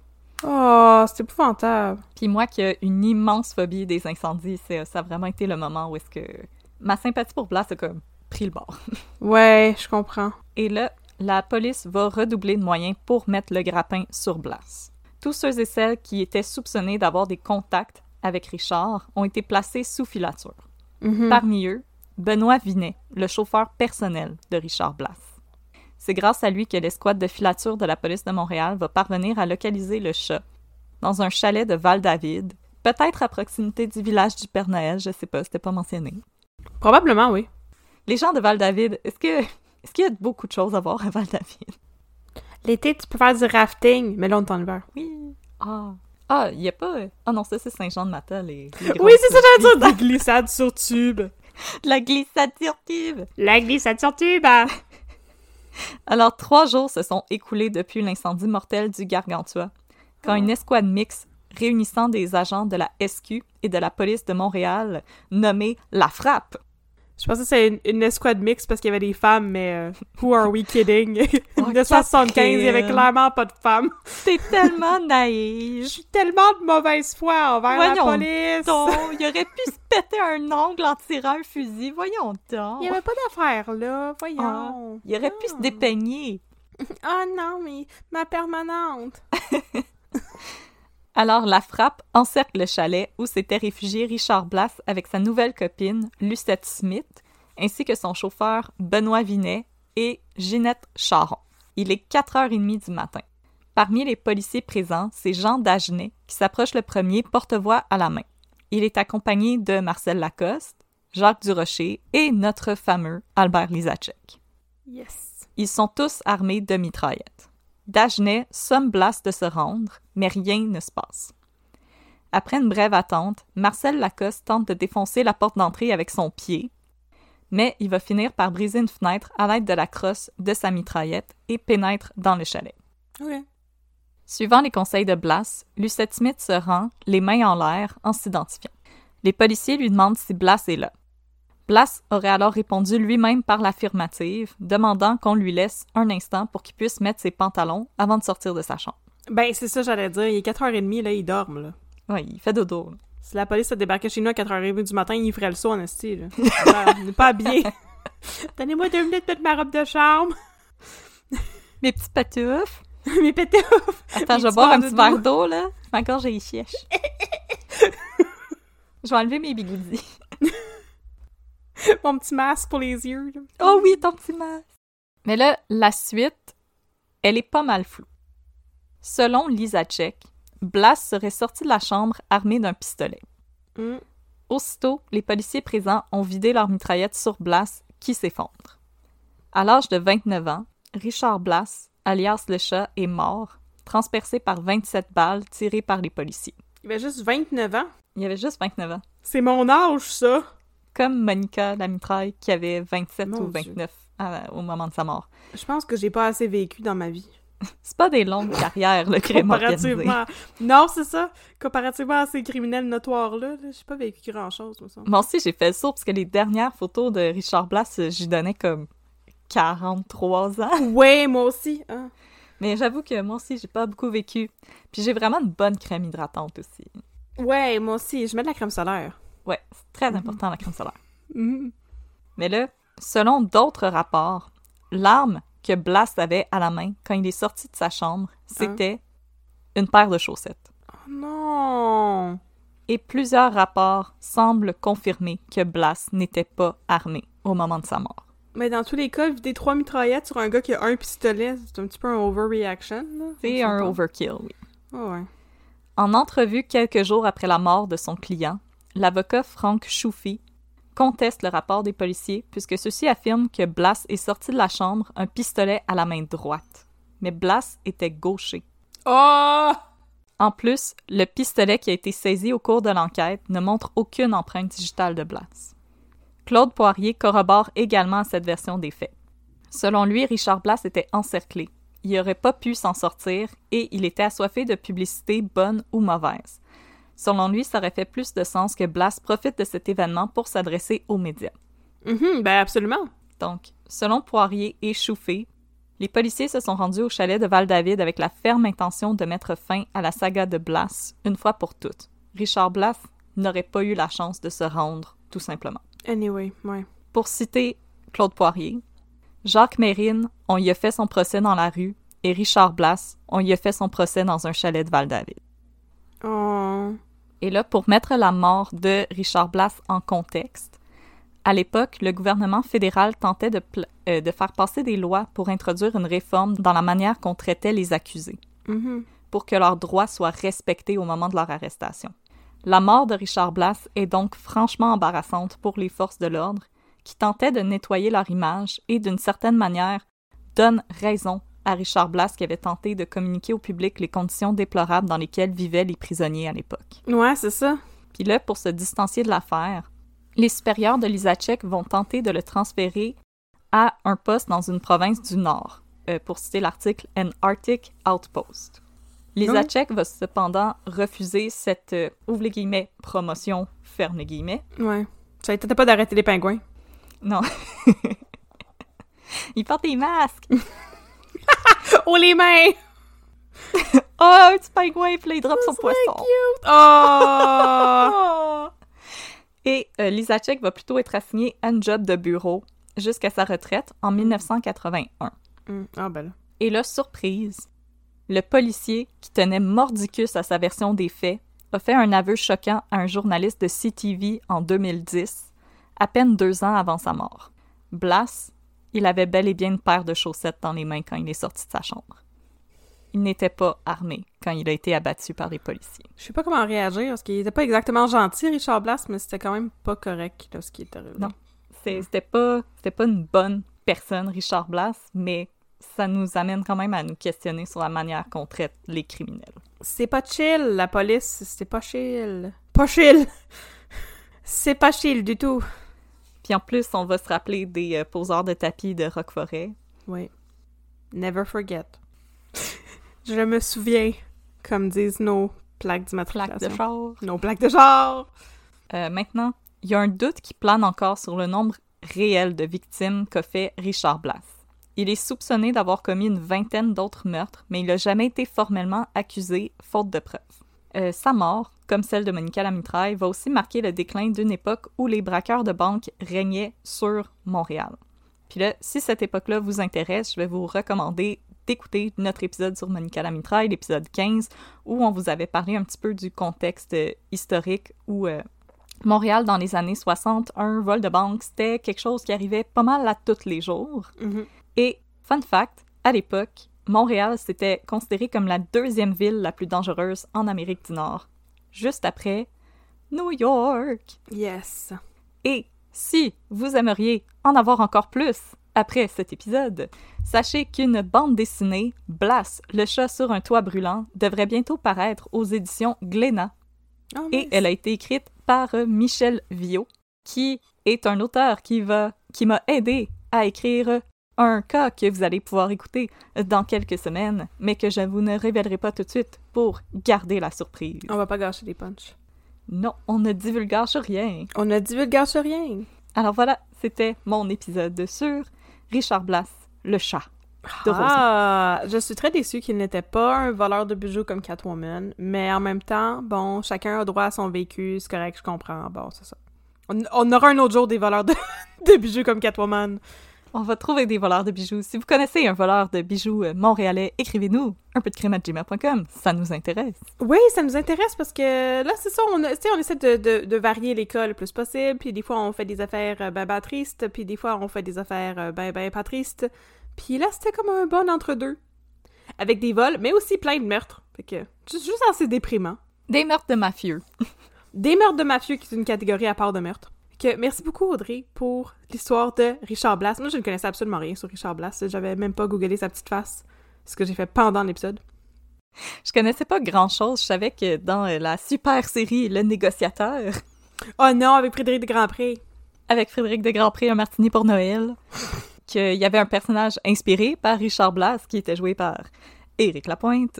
Oh, c'est épouvantable. Puis moi qui ai une immense phobie des incendies, c'est, ça a vraiment été le moment où est-ce que ma sympathie pour Blas a comme pris le bord. Ouais, je comprends. Et là, la police va redoubler de moyens pour mettre le grappin sur Blas. Tous ceux et celles qui étaient soupçonnés d'avoir des contacts avec Richard ont été placés sous filature. Mm-hmm. Parmi eux, Benoît Vinet, le chauffeur personnel de Richard Blas. C'est grâce à lui que l'escouade de filature de la police de Montréal va parvenir à localiser le chat dans un chalet de Val-David, peut-être à proximité du village du Père Noël, je sais pas, c'était pas mentionné. Probablement, oui. Les gens de Val-David, est-ce que est-ce qu'il y a beaucoup de choses à voir à Val-David? L'été, tu peux faire du rafting, mais là, on est en hiver. Oui. Ah. Ah, il y a pas... Ah non, ça, c'est Saint-Jean-de-Mata, les... les oui, c'est ça, j'allais dire, des glissades sur tube. La glissade sur tube. La glissade sur tube, hein? Alors, trois jours se sont écoulés depuis l'incendie mortel du Gargantua, quand une escouade mixte réunissant des agents de la S Q et de la police de Montréal, nommée La Frappe. Je pensais que c'était une, une escouade mixte parce qu'il y avait des femmes, mais euh, who are we kidding? En dix-neuf cent soixante-quinze, il y avait clairement pas de femmes. T'es tellement naïf. Je suis tellement de mauvaise foi envers Voyons la police. Donc, il aurait pu se péter un ongle en tirant un fusil. Voyons donc. Il y avait pas d'affaire, là. Voyons. Ah, il aurait pu se dépeigner. Ah oh non, mais ma permanente. Alors, la frappe encercle le chalet où s'était réfugié Richard Blas avec sa nouvelle copine, Lucette Smith, ainsi que son chauffeur Benoît Vinet et Ginette Charon. Il est quatre heures trente du matin. Parmi les policiers présents, c'est Jean Dagenet qui s'approche le premier, porte-voix à la main. Il est accompagné de Marcel Lacoste, Jacques Durocher et notre fameux Albert Lisacek. Yes. Ils sont tous armés de mitraillettes. Dagenet somme Blas de se rendre, mais rien ne se passe. Après une brève attente, Marcel Lacoste tente de défoncer la porte d'entrée avec son pied, mais il va finir par briser une fenêtre à l'aide de la crosse de sa mitraillette et pénètre dans le chalet. Okay. Suivant les conseils de Blas, Lucette Smith se rend, les mains en l'air, en s'identifiant. Les policiers lui demandent si Blas est là. Blas aurait alors répondu lui-même par l'affirmative, demandant qu'on lui laisse un instant pour qu'il puisse mettre ses pantalons avant de sortir de sa chambre. Ben, c'est ça, j'allais dire. Il est quatre heures trente, là, il dorme, là. Oui, il fait dodo. Là. Si la police se débarquait chez nous à quatre heures trente du matin, il ferait le saut en esti, là. Alors, on n'est pas habillé. Donnez-moi deux minutes pour mettre ma robe de chambre. Mes petits patoufles. Mes patoufles. Attends, je vais boire un petit verre d'eau, là. Ma gorge est chièche. Je vais enlever mes bigoudis. Mon petit masque pour les yeux, là. Oh oui, ton petit masque! Mais là, la suite, elle est pas mal floue. Selon Lisacek, Blas serait sorti de la chambre armé d'un pistolet. Mm. Aussitôt, les policiers présents ont vidé leur mitraillette sur Blas, qui s'effondre. À l'âge de vingt-neuf ans, Richard Blas, alias le chat, est mort, transpercé par vingt-sept balles tirées par les policiers. Il avait juste vingt-neuf ans. Il avait juste vingt-neuf ans. C'est mon âge, ça! Comme Monica Lamitraille, qui avait vingt-sept Mon ou vingt-neuf à, au moment de sa mort. Je pense que j'ai pas assez vécu dans ma vie. c'est pas des longues carrières, le crime organisé. Comparativement... Non, c'est ça. Comparativement à ces criminels notoires-là, là, j'ai pas vécu grand-chose, moi, ça. Moi aussi, j'ai fait le saut, parce que les dernières photos de Richard Blass, j'y donnais comme quarante-trois ans. Ouais, moi aussi. Hein. Mais j'avoue que moi aussi, j'ai pas beaucoup vécu. Puis j'ai vraiment une bonne crème hydratante aussi. Ouais, moi aussi. Je mets de la crème solaire. Ouais, c'est très important, mm-hmm. la crème solaire. Mm-hmm. Mais là, selon d'autres rapports, l'arme que Blass avait à la main quand il est sorti de sa chambre, c'était hein? une paire de chaussettes. Oh non! Et plusieurs rapports semblent confirmer que Blass n'était pas armé au moment de sa mort. Mais dans tous les cas, vider trois mitraillettes sur un gars qui a un pistolet, c'est un petit peu un overreaction. Là. C'est un overkill, oui. Oh ouais. En entrevue quelques jours après la mort de son client, l'avocat Frank Choufi conteste le rapport des policiers puisque ceux-ci affirment que Blass est sorti de la chambre un pistolet à la main droite. Mais Blass était gaucher. Oh! En plus, le pistolet qui a été saisi au cours de l'enquête ne montre aucune empreinte digitale de Blass. Claude Poirier corrobore également cette version des faits. Selon lui, Richard Blass était encerclé. Il n'aurait pas pu s'en sortir et il était assoiffé de publicité bonne ou mauvaise. Selon lui, ça aurait fait plus de sens que Blass profite de cet événement pour s'adresser aux médias. Mm-hmm, ben absolument. Donc, selon Poirier et Chouffé, les policiers se sont rendus au chalet de Val-David avec la ferme intention de mettre fin à la saga de Blass une fois pour toutes. Richard Blass n'aurait pas eu la chance de se rendre, tout simplement. Anyway, ouais. Pour citer Claude Poirier, Jacques Mérine, on y a fait son procès dans la rue, et Richard Blass, on y a fait son procès dans un chalet de Val-David. Oh. Et là, pour mettre la mort de Richard Blass en contexte, à l'époque, le gouvernement fédéral tentait de, pl- euh, de faire passer des lois pour introduire une réforme dans la manière qu'on traitait les accusés, mm-hmm. pour que leurs droits soient respectés au moment de leur arrestation. La mort de Richard Blass est donc franchement embarrassante pour les forces de l'ordre, qui tentaient de nettoyer leur image et, d'une certaine manière, donnent raison à Richard Blass qui avait tenté de communiquer au public les conditions déplorables dans lesquelles vivaient les prisonniers à l'époque. Ouais, c'est ça. Puis là, pour se distancier de l'affaire, les supérieurs de Lisacek vont tenter de le transférer à un poste dans une province du Nord, euh, pour citer l'article « An Arctic Outpost ». Lisacek va cependant refuser cette, euh, ouvre les guillemets, promotion, ferme les guillemets. Ouais. Ça ne tentait pas d'arrêter les pingouins. Non. Ils portent des masques. Oh, les mains! Oh, un petit pingouin, puis là, il drop son poisson. Cute. Oh! Et euh, Lisacek va plutôt être assigné à un job de bureau jusqu'à sa retraite en dix-neuf cent quatre-vingt-un. Mm. Ah, ben là. Et là, surprise, le policier qui tenait mordicus à sa version des faits a fait un aveu choquant à un journaliste de C T V en deux mille dix, à peine deux ans avant sa mort. Blass, il avait bel et bien une paire de chaussettes dans les mains quand il est sorti de sa chambre. Il n'était pas armé quand il a été abattu par les policiers. Je sais pas comment réagir, parce qu'il était pas exactement gentil, Richard Blass, mais c'était quand même pas correct, là, ce qui est arrivé. Non, c'est, c'était pas, c'était pas une bonne personne, Richard Blass, mais ça nous amène quand même à nous questionner sur la manière qu'on traite les criminels. C'est pas chill, la police, c'est pas chill. Pas chill! C'est pas chill du tout. Puis en plus, on va se rappeler des euh, poseurs de tapis de Roqueforêt. Oui. Never forget. Je me souviens, comme disent nos plaques d'immatriculation. Plaques de char. Nos plaques de char! Euh, maintenant, il y a un doute qui plane encore sur le nombre réel de victimes qu'a fait Richard Blass. Il est soupçonné d'avoir commis une vingtaine d'autres meurtres, mais il n'a jamais été formellement accusé, faute de preuves. Euh, sa mort, comme celle de Monica Lamitraille, va aussi marquer le déclin d'une époque où les braqueurs de banque régnaient sur Montréal. Puis là, si cette époque-là vous intéresse, je vais vous recommander d'écouter notre épisode sur Monica Lamitraille, l'épisode quinze, où on vous avait parlé un petit peu du contexte euh, historique où euh, Montréal, dans les années soixante, un vol de banque, c'était quelque chose qui arrivait pas mal à tous les jours. Mm-hmm. Et, fun fact, à l'époque, Montréal, c'était considéré comme la deuxième ville la plus dangereuse en Amérique du Nord, juste après New York. Yes. Et si vous aimeriez en avoir encore plus après cet épisode, sachez qu'une bande dessinée, Blass, le chat sur un toit brûlant, devrait bientôt paraître aux éditions Glénat. Oh, Et nice. elle a été écrite par euh, Michel Viau, qui est un auteur qui, va, qui m'a aidé à écrire Un cas que vous allez pouvoir écouter dans quelques semaines, mais que je vous ne révélerai pas tout de suite pour garder la surprise. On va pas gâcher des punchs. Non, on ne divulgage rien. On ne divulgage rien. Alors voilà, c'était mon épisode sur Richard Blass, le chat de Rosemont. Ah, je suis très déçue qu'il n'était pas un voleur de bijoux comme Catwoman, mais en même temps, bon, chacun a droit à son vécu, c'est correct, je comprends. Bon, c'est ça. On, on aura un autre jour des voleurs de, de bijoux comme Catwoman. On va trouver des voleurs de bijoux. Si vous connaissez un voleur de bijoux montréalais, écrivez-nous un peu de crime arobase gmail point com. Ça nous intéresse. Oui, ça nous intéresse parce que là, c'est ça, on, on essaie de, de, de varier les cas le plus possible, puis des fois, on fait des affaires ben, ben tristes, puis des fois, on fait des affaires ben, ben pas tristes. Puis là, c'était comme un bon entre-deux. Avec des vols, mais aussi plein de meurtres. Fait que, juste, juste assez déprimant. Des meurtres de mafieux. Des meurtres de mafieux, qui est une catégorie à part de meurtres. Que, merci beaucoup, Audrey, pour l'histoire de Richard Blass. Moi, je ne connaissais absolument rien sur Richard Blass. J'avais même pas googlé sa petite face. Ce que j'ai fait pendant l'épisode. Je connaissais pas grand-chose. Je savais que dans la super série Le Négociateur... Oh non, avec Frédéric de Grandpré. Avec Frédéric de Grandpré, un martini pour Noël. Qu'il y avait un personnage inspiré par Richard Blass qui était joué par Éric Lapointe.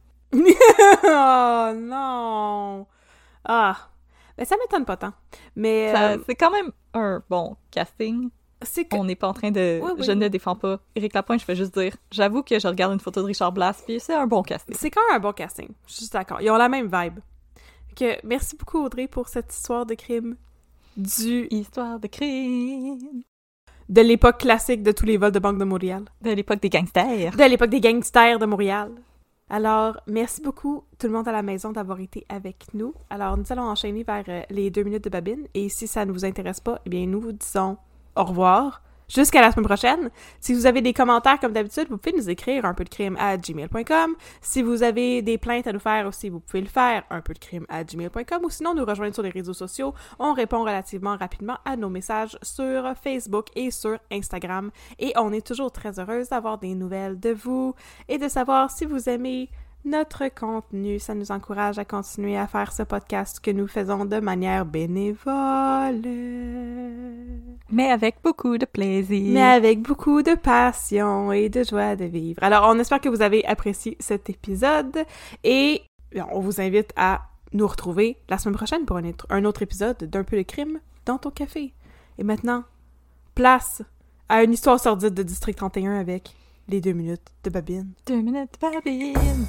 Oh non! Ah... Ben, ça m'étonne pas tant. Mais. Ça, euh, c'est quand même un bon casting. C'est que... On n'est pas en train de. Oui, oui. Je ne défends pas Éric Lapointe, je vais juste dire. J'avoue que je regarde une photo de Richard Blass, puis c'est un bon casting. C'est quand même un bon casting. Je suis juste d'accord. Ils ont la même vibe. Que, merci beaucoup, Audrey, pour cette histoire de crime. Du. Histoire de crime. De l'époque classique de tous les vols de Banque de Montréal. De l'époque des gangsters. De l'époque des gangsters de Montréal. Alors, merci beaucoup, tout le monde à la maison, d'avoir été avec nous. Alors, nous allons enchaîner vers euh, les deux minutes de babine. Et si ça ne vous intéresse pas, eh bien, nous vous disons au revoir. Jusqu'à la semaine prochaine. Si vous avez des commentaires, comme d'habitude, vous pouvez nous écrire un peu de crime à gmail point com. Si vous avez des plaintes à nous faire aussi, vous pouvez le faire un peu de crime à gmail point com. Ou sinon, nous rejoindre sur les réseaux sociaux. On répond relativement rapidement à nos messages sur Facebook et sur Instagram. Et on est toujours très heureuse d'avoir des nouvelles de vous et de savoir si vous aimez notre contenu. Ça nous encourage à continuer à faire ce podcast que nous faisons de manière bénévole. Mais avec beaucoup de plaisir. Mais avec beaucoup de passion et de joie de vivre. Alors, on espère que vous avez apprécié cet épisode et on vous invite à nous retrouver la semaine prochaine pour un, un autre épisode d'Un peu de crime dans ton café. Et maintenant, place à une histoire sordide de District trente et un avec les deux minutes de babine. Deux minutes de babine.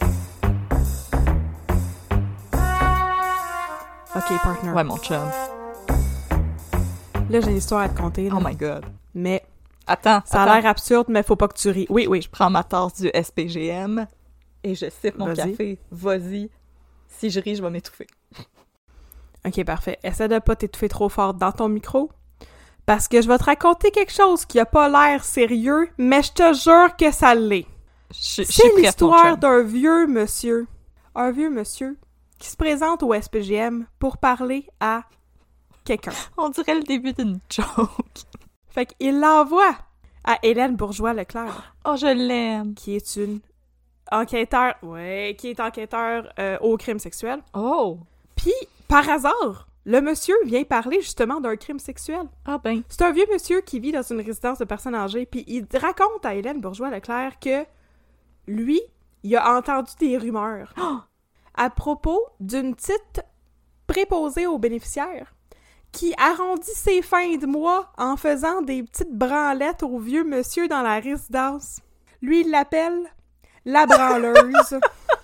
OK, partner. Ouais, mon chum. Là, j'ai une histoire à te conter. Là. Oh my God. Mais Attends, ça attends. a l'air absurde, mais faut pas que tu ris. Oui, oui. Je prends ma tasse du S P G M et je sipe mon Vas-y. café. Vas-y. Si je ris, je vais m'étouffer. OK, parfait. Essaie de pas t'étouffer trop fort dans ton micro. Parce que je vais te raconter quelque chose qui a pas l'air sérieux, mais je te jure que ça l'est. Je, je suis C'est prête, mon l'histoire chum. d'un vieux monsieur. Un vieux monsieur qui se présente au S P G M pour parler à quelqu'un. On dirait le début d'une joke. Fait qu'il l'envoie à Hélène Bourgeois-Leclerc, Oh, je l'aime. qui est une enquêteur... Ouais, qui est enquêteur euh, au crime sexuel. Oh. Puis, par hasard, le monsieur vient parler justement d'un crime sexuel. Ah ben. C'est un vieux monsieur qui vit dans une résidence de personnes âgées, puis il raconte à Hélène Bourgeois-Leclerc que lui, il a entendu des rumeurs à propos d'une petite préposée aux bénéficiaires qui arrondit ses fins de mois en faisant des petites branlettes au vieux monsieur dans la résidence. Lui, il l'appelle la branleuse.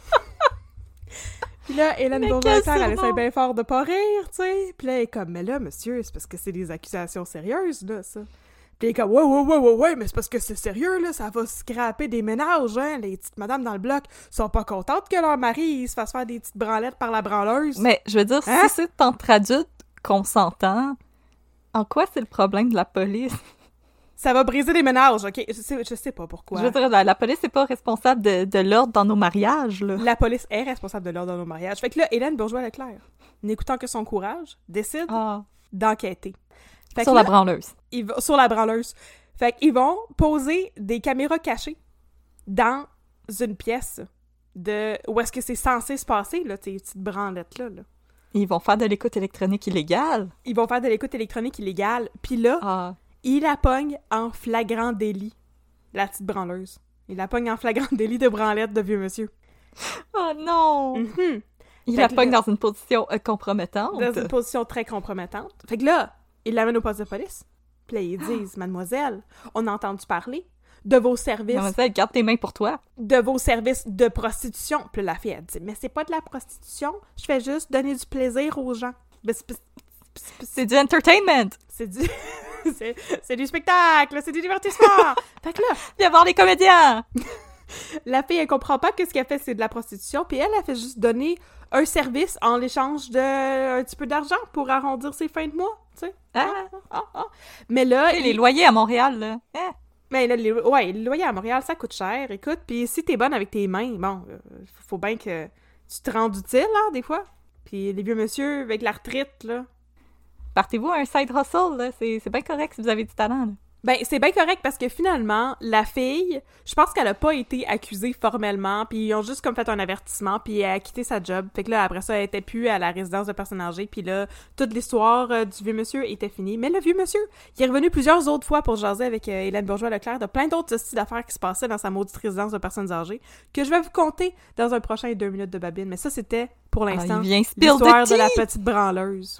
Puis là, Hélène Mais Bourgeois-Leclerc, quel elle essaie surnom! bien fort de pas rire, tu sais. Puis là, elle est comme, mais là, monsieur, c'est parce que c'est des accusations sérieuses, là, ça. Puis il est comme, ouais, ouais, ouais, ouais, ouais, mais c'est parce que c'est sérieux, là, ça va scraper des ménages, hein. Les petites madames dans le bloc sont pas contentes que leur mari il se fasse faire des petites branlettes par la branleuse. Mais je veux dire, Hein? si c'est entre adultes qu'on s'entend, en quoi c'est le problème de la police? Ça va briser des ménages, OK? Je sais, je sais pas pourquoi. Je veux dire, la, la police n'est pas responsable de, de l'ordre dans nos mariages, là. La police est responsable de l'ordre dans nos mariages. Fait que là, Hélène Bourgeois-Leclerc, n'écoutant que son courage, décide Ah. d'enquêter. Fait Sur que la là, branleuse. ils vont- sur la branleuse. Fait qu'ils vont poser des caméras cachées dans une pièce de où est-ce que c'est censé se passer, là, ces petites branlettes-là. Là. Ils vont faire de l'écoute électronique illégale. Ils vont faire de l'écoute électronique illégale. Puis là, Ah. il la pogne en flagrant délit, la petite branleuse. Il la pogne en flagrant délit de branlette de vieux monsieur. Oh non! Mm-hmm. Il Fait la que pogne là- dans une position euh, compromettante. Dans une position très compromettante. Fait que là, il l'amène au poste de police. Puis là, ils disent, mademoiselle, on a entendu parler de vos services, Mademoiselle, garde tes mains pour toi. de vos services de prostitution. Puis là, la fille, elle dit, mais c'est pas de la prostitution, je fais juste donner du plaisir aux gens. Ben, c'est- c'est- c'est- C'est du entertainment! C'est du... c'est, c'est du spectacle, c'est du divertissement! Fait que là, Viens voir les comédiens! la fille, elle comprend pas que ce qu'elle fait, c'est de la prostitution, puis elle, elle fait juste donner un service en l'échange de un petit peu d'argent pour arrondir ses fins de mois, tu sais. Ah. Ah, ah. Mais là... Hey, il- les loyers à Montréal, là. Hein? Mais là, les, ouais, le loyer à Montréal, ça coûte cher, écoute, puis si t'es bonne avec tes mains, bon, euh, faut bien que tu te rendes utile, hein, des fois. Puis les vieux monsieur, avec la retraite, là... Partez-vous à un side hustle, là. C'est, c'est bien correct si vous avez du talent, là. Ben, c'est bien correct parce que finalement, la fille, je pense qu'elle a pas été accusée formellement, puis ils ont juste comme fait un avertissement, puis elle a quitté sa job. Fait que là, après ça, elle était plus à la résidence de personnes âgées, puis là, toute l'histoire euh, du vieux monsieur était finie. Mais le vieux monsieur, il est revenu plusieurs autres fois pour jaser avec euh, Hélène Bourgeois-Leclerc de plein d'autres styles d'affaires qui se passaient dans sa maudite résidence de personnes âgées, que je vais vous conter dans un prochain deux minutes de babine. Mais ça, c'était, pour l'instant, Ah, il vient spill l'histoire the de la tea. petite branleuse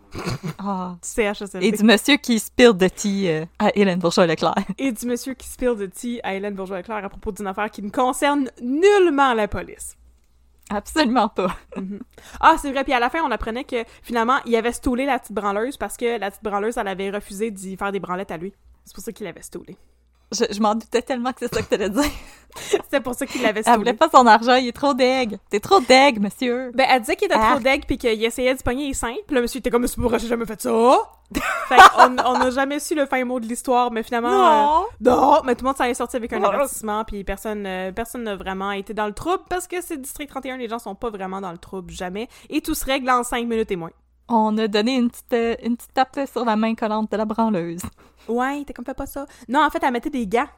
Ah. du C H S L D. Et du monsieur qui spill de tea euh, à Hélène Bourgeois-Leclerc. Et du monsieur qui spill de tea à Hélène Bourgeois-Leclerc à propos d'une affaire qui ne concerne nullement la police. Absolument pas. Ah, c'est vrai, puis à la fin, on apprenait que, finalement, il avait stoulé la petite branleuse parce que la petite branleuse, elle avait refusé d'y faire des branlettes à lui. C'est pour ça qu'il l'avait stoulé. Je, je m'en doutais tellement que c'est ça que t'allais dire. C'est pour ça qu'il l'avait Elle voulait stoulé. pas son argent, il est trop deg. T'es trop deg, monsieur. Ben, elle disait qu'il était Ah. trop deg puis qu'il essayait de pogner les seins. Puis le monsieur était comme, mais c'est pour j'ai jamais fait ça! Fait qu'on on n'a jamais su le fin mot de l'histoire, mais finalement... Non. euh, non! Mais tout le monde s'en est sorti avec un Oh. avertissement, puis personne euh, personne n'a vraiment été dans le trouble, parce que c'est District trente et un, les gens sont pas vraiment dans le trouble, jamais. Et tout se règle en cinq minutes et moins. On a donné une petite, euh, une petite tape sur la main collante de la branleuse. Ouais, t'es comme, fais pas ça. Non, en fait, elle mettait des gants.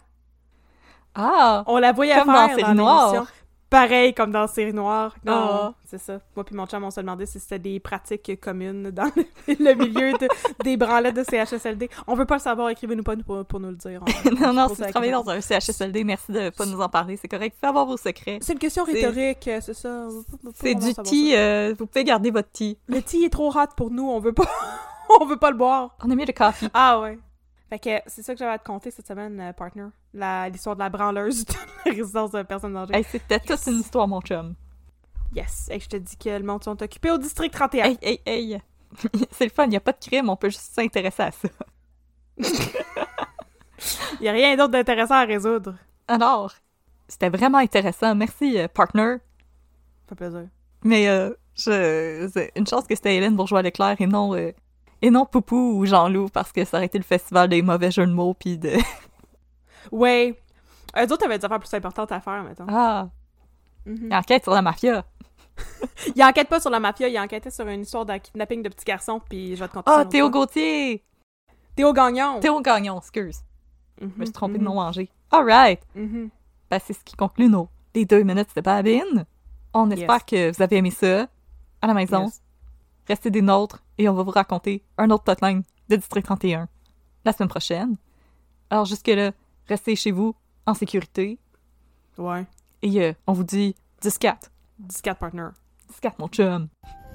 Ah! On la voyait Comme faire dans Série dans Noire. l'émission. Pareil comme dans Série Noire. Non, Ah. c'est ça. Moi puis mon chum, on se demandait si c'était des pratiques communes dans le, le milieu de- des branlettes de C H S L D. On veut pas le savoir, écrivez-nous pas pour, pour nous le dire. On- non, non, pose si la vous travaillez question. dans un C H S L D, merci de pas nous en parler. C'est correct, faites avoir vos secrets. C'est une question C'est- rhétorique, c'est ça. On veut pas- on veut pas C'est vraiment du savoir tea, ça. euh, vous pouvez garder votre tea. Le tea est trop hot pour nous, on veut pas... on veut pas le boire. On a mis le coffee. Ah ouais. Fait que c'est ça que j'avais à te conter cette semaine, euh, partner. La- L'histoire de la branleuse de la résidence de personnes âgées. Hey, c'était toute une histoire, mon chum. Yes. Et je te dis que le monde sont occupés au district trente et un. Hey, hey, hey! C'est le fun, il n'y a pas de crime, on peut juste s'intéresser à ça. Il y a rien d'autre d'intéressant à résoudre. Alors, c'était vraiment intéressant. Merci, euh, partner. Ça fait plaisir. Mais euh, je, c'est une chance que c'était Hélène Bourgeois-Leclerc et non, euh, et non Poupou ou Jean-Loup, parce que ça aurait été le festival des mauvais jeux de mots, pis de... Ouais. Eux autres avaient des affaires plus importantes à faire, mettons. Ah! Mhm. Enquête sur la mafia. Il enquête pas sur la mafia, il enquêtait sur une histoire d'un kidnapping de petits garçons, puis je vais te conter ça Ah, une autre Théo fois. Gauthier! Théo Gagnon! Théo Gagnon, excuse. Mhm, Je me suis trompée de mhm, nom manger. Alright! mhm. Ben, c'est ce qui conclut nos les deux minutes de babine. On espère Yes. que vous avez aimé ça à la maison. Yes. Restez des nôtres et on va vous raconter un autre plotline de District trente et un la semaine prochaine. Alors jusque-là, restez chez vous en sécurité Ouais. et euh, on vous dit dix quatre. dix-quatre partner. dix quatre mon chum.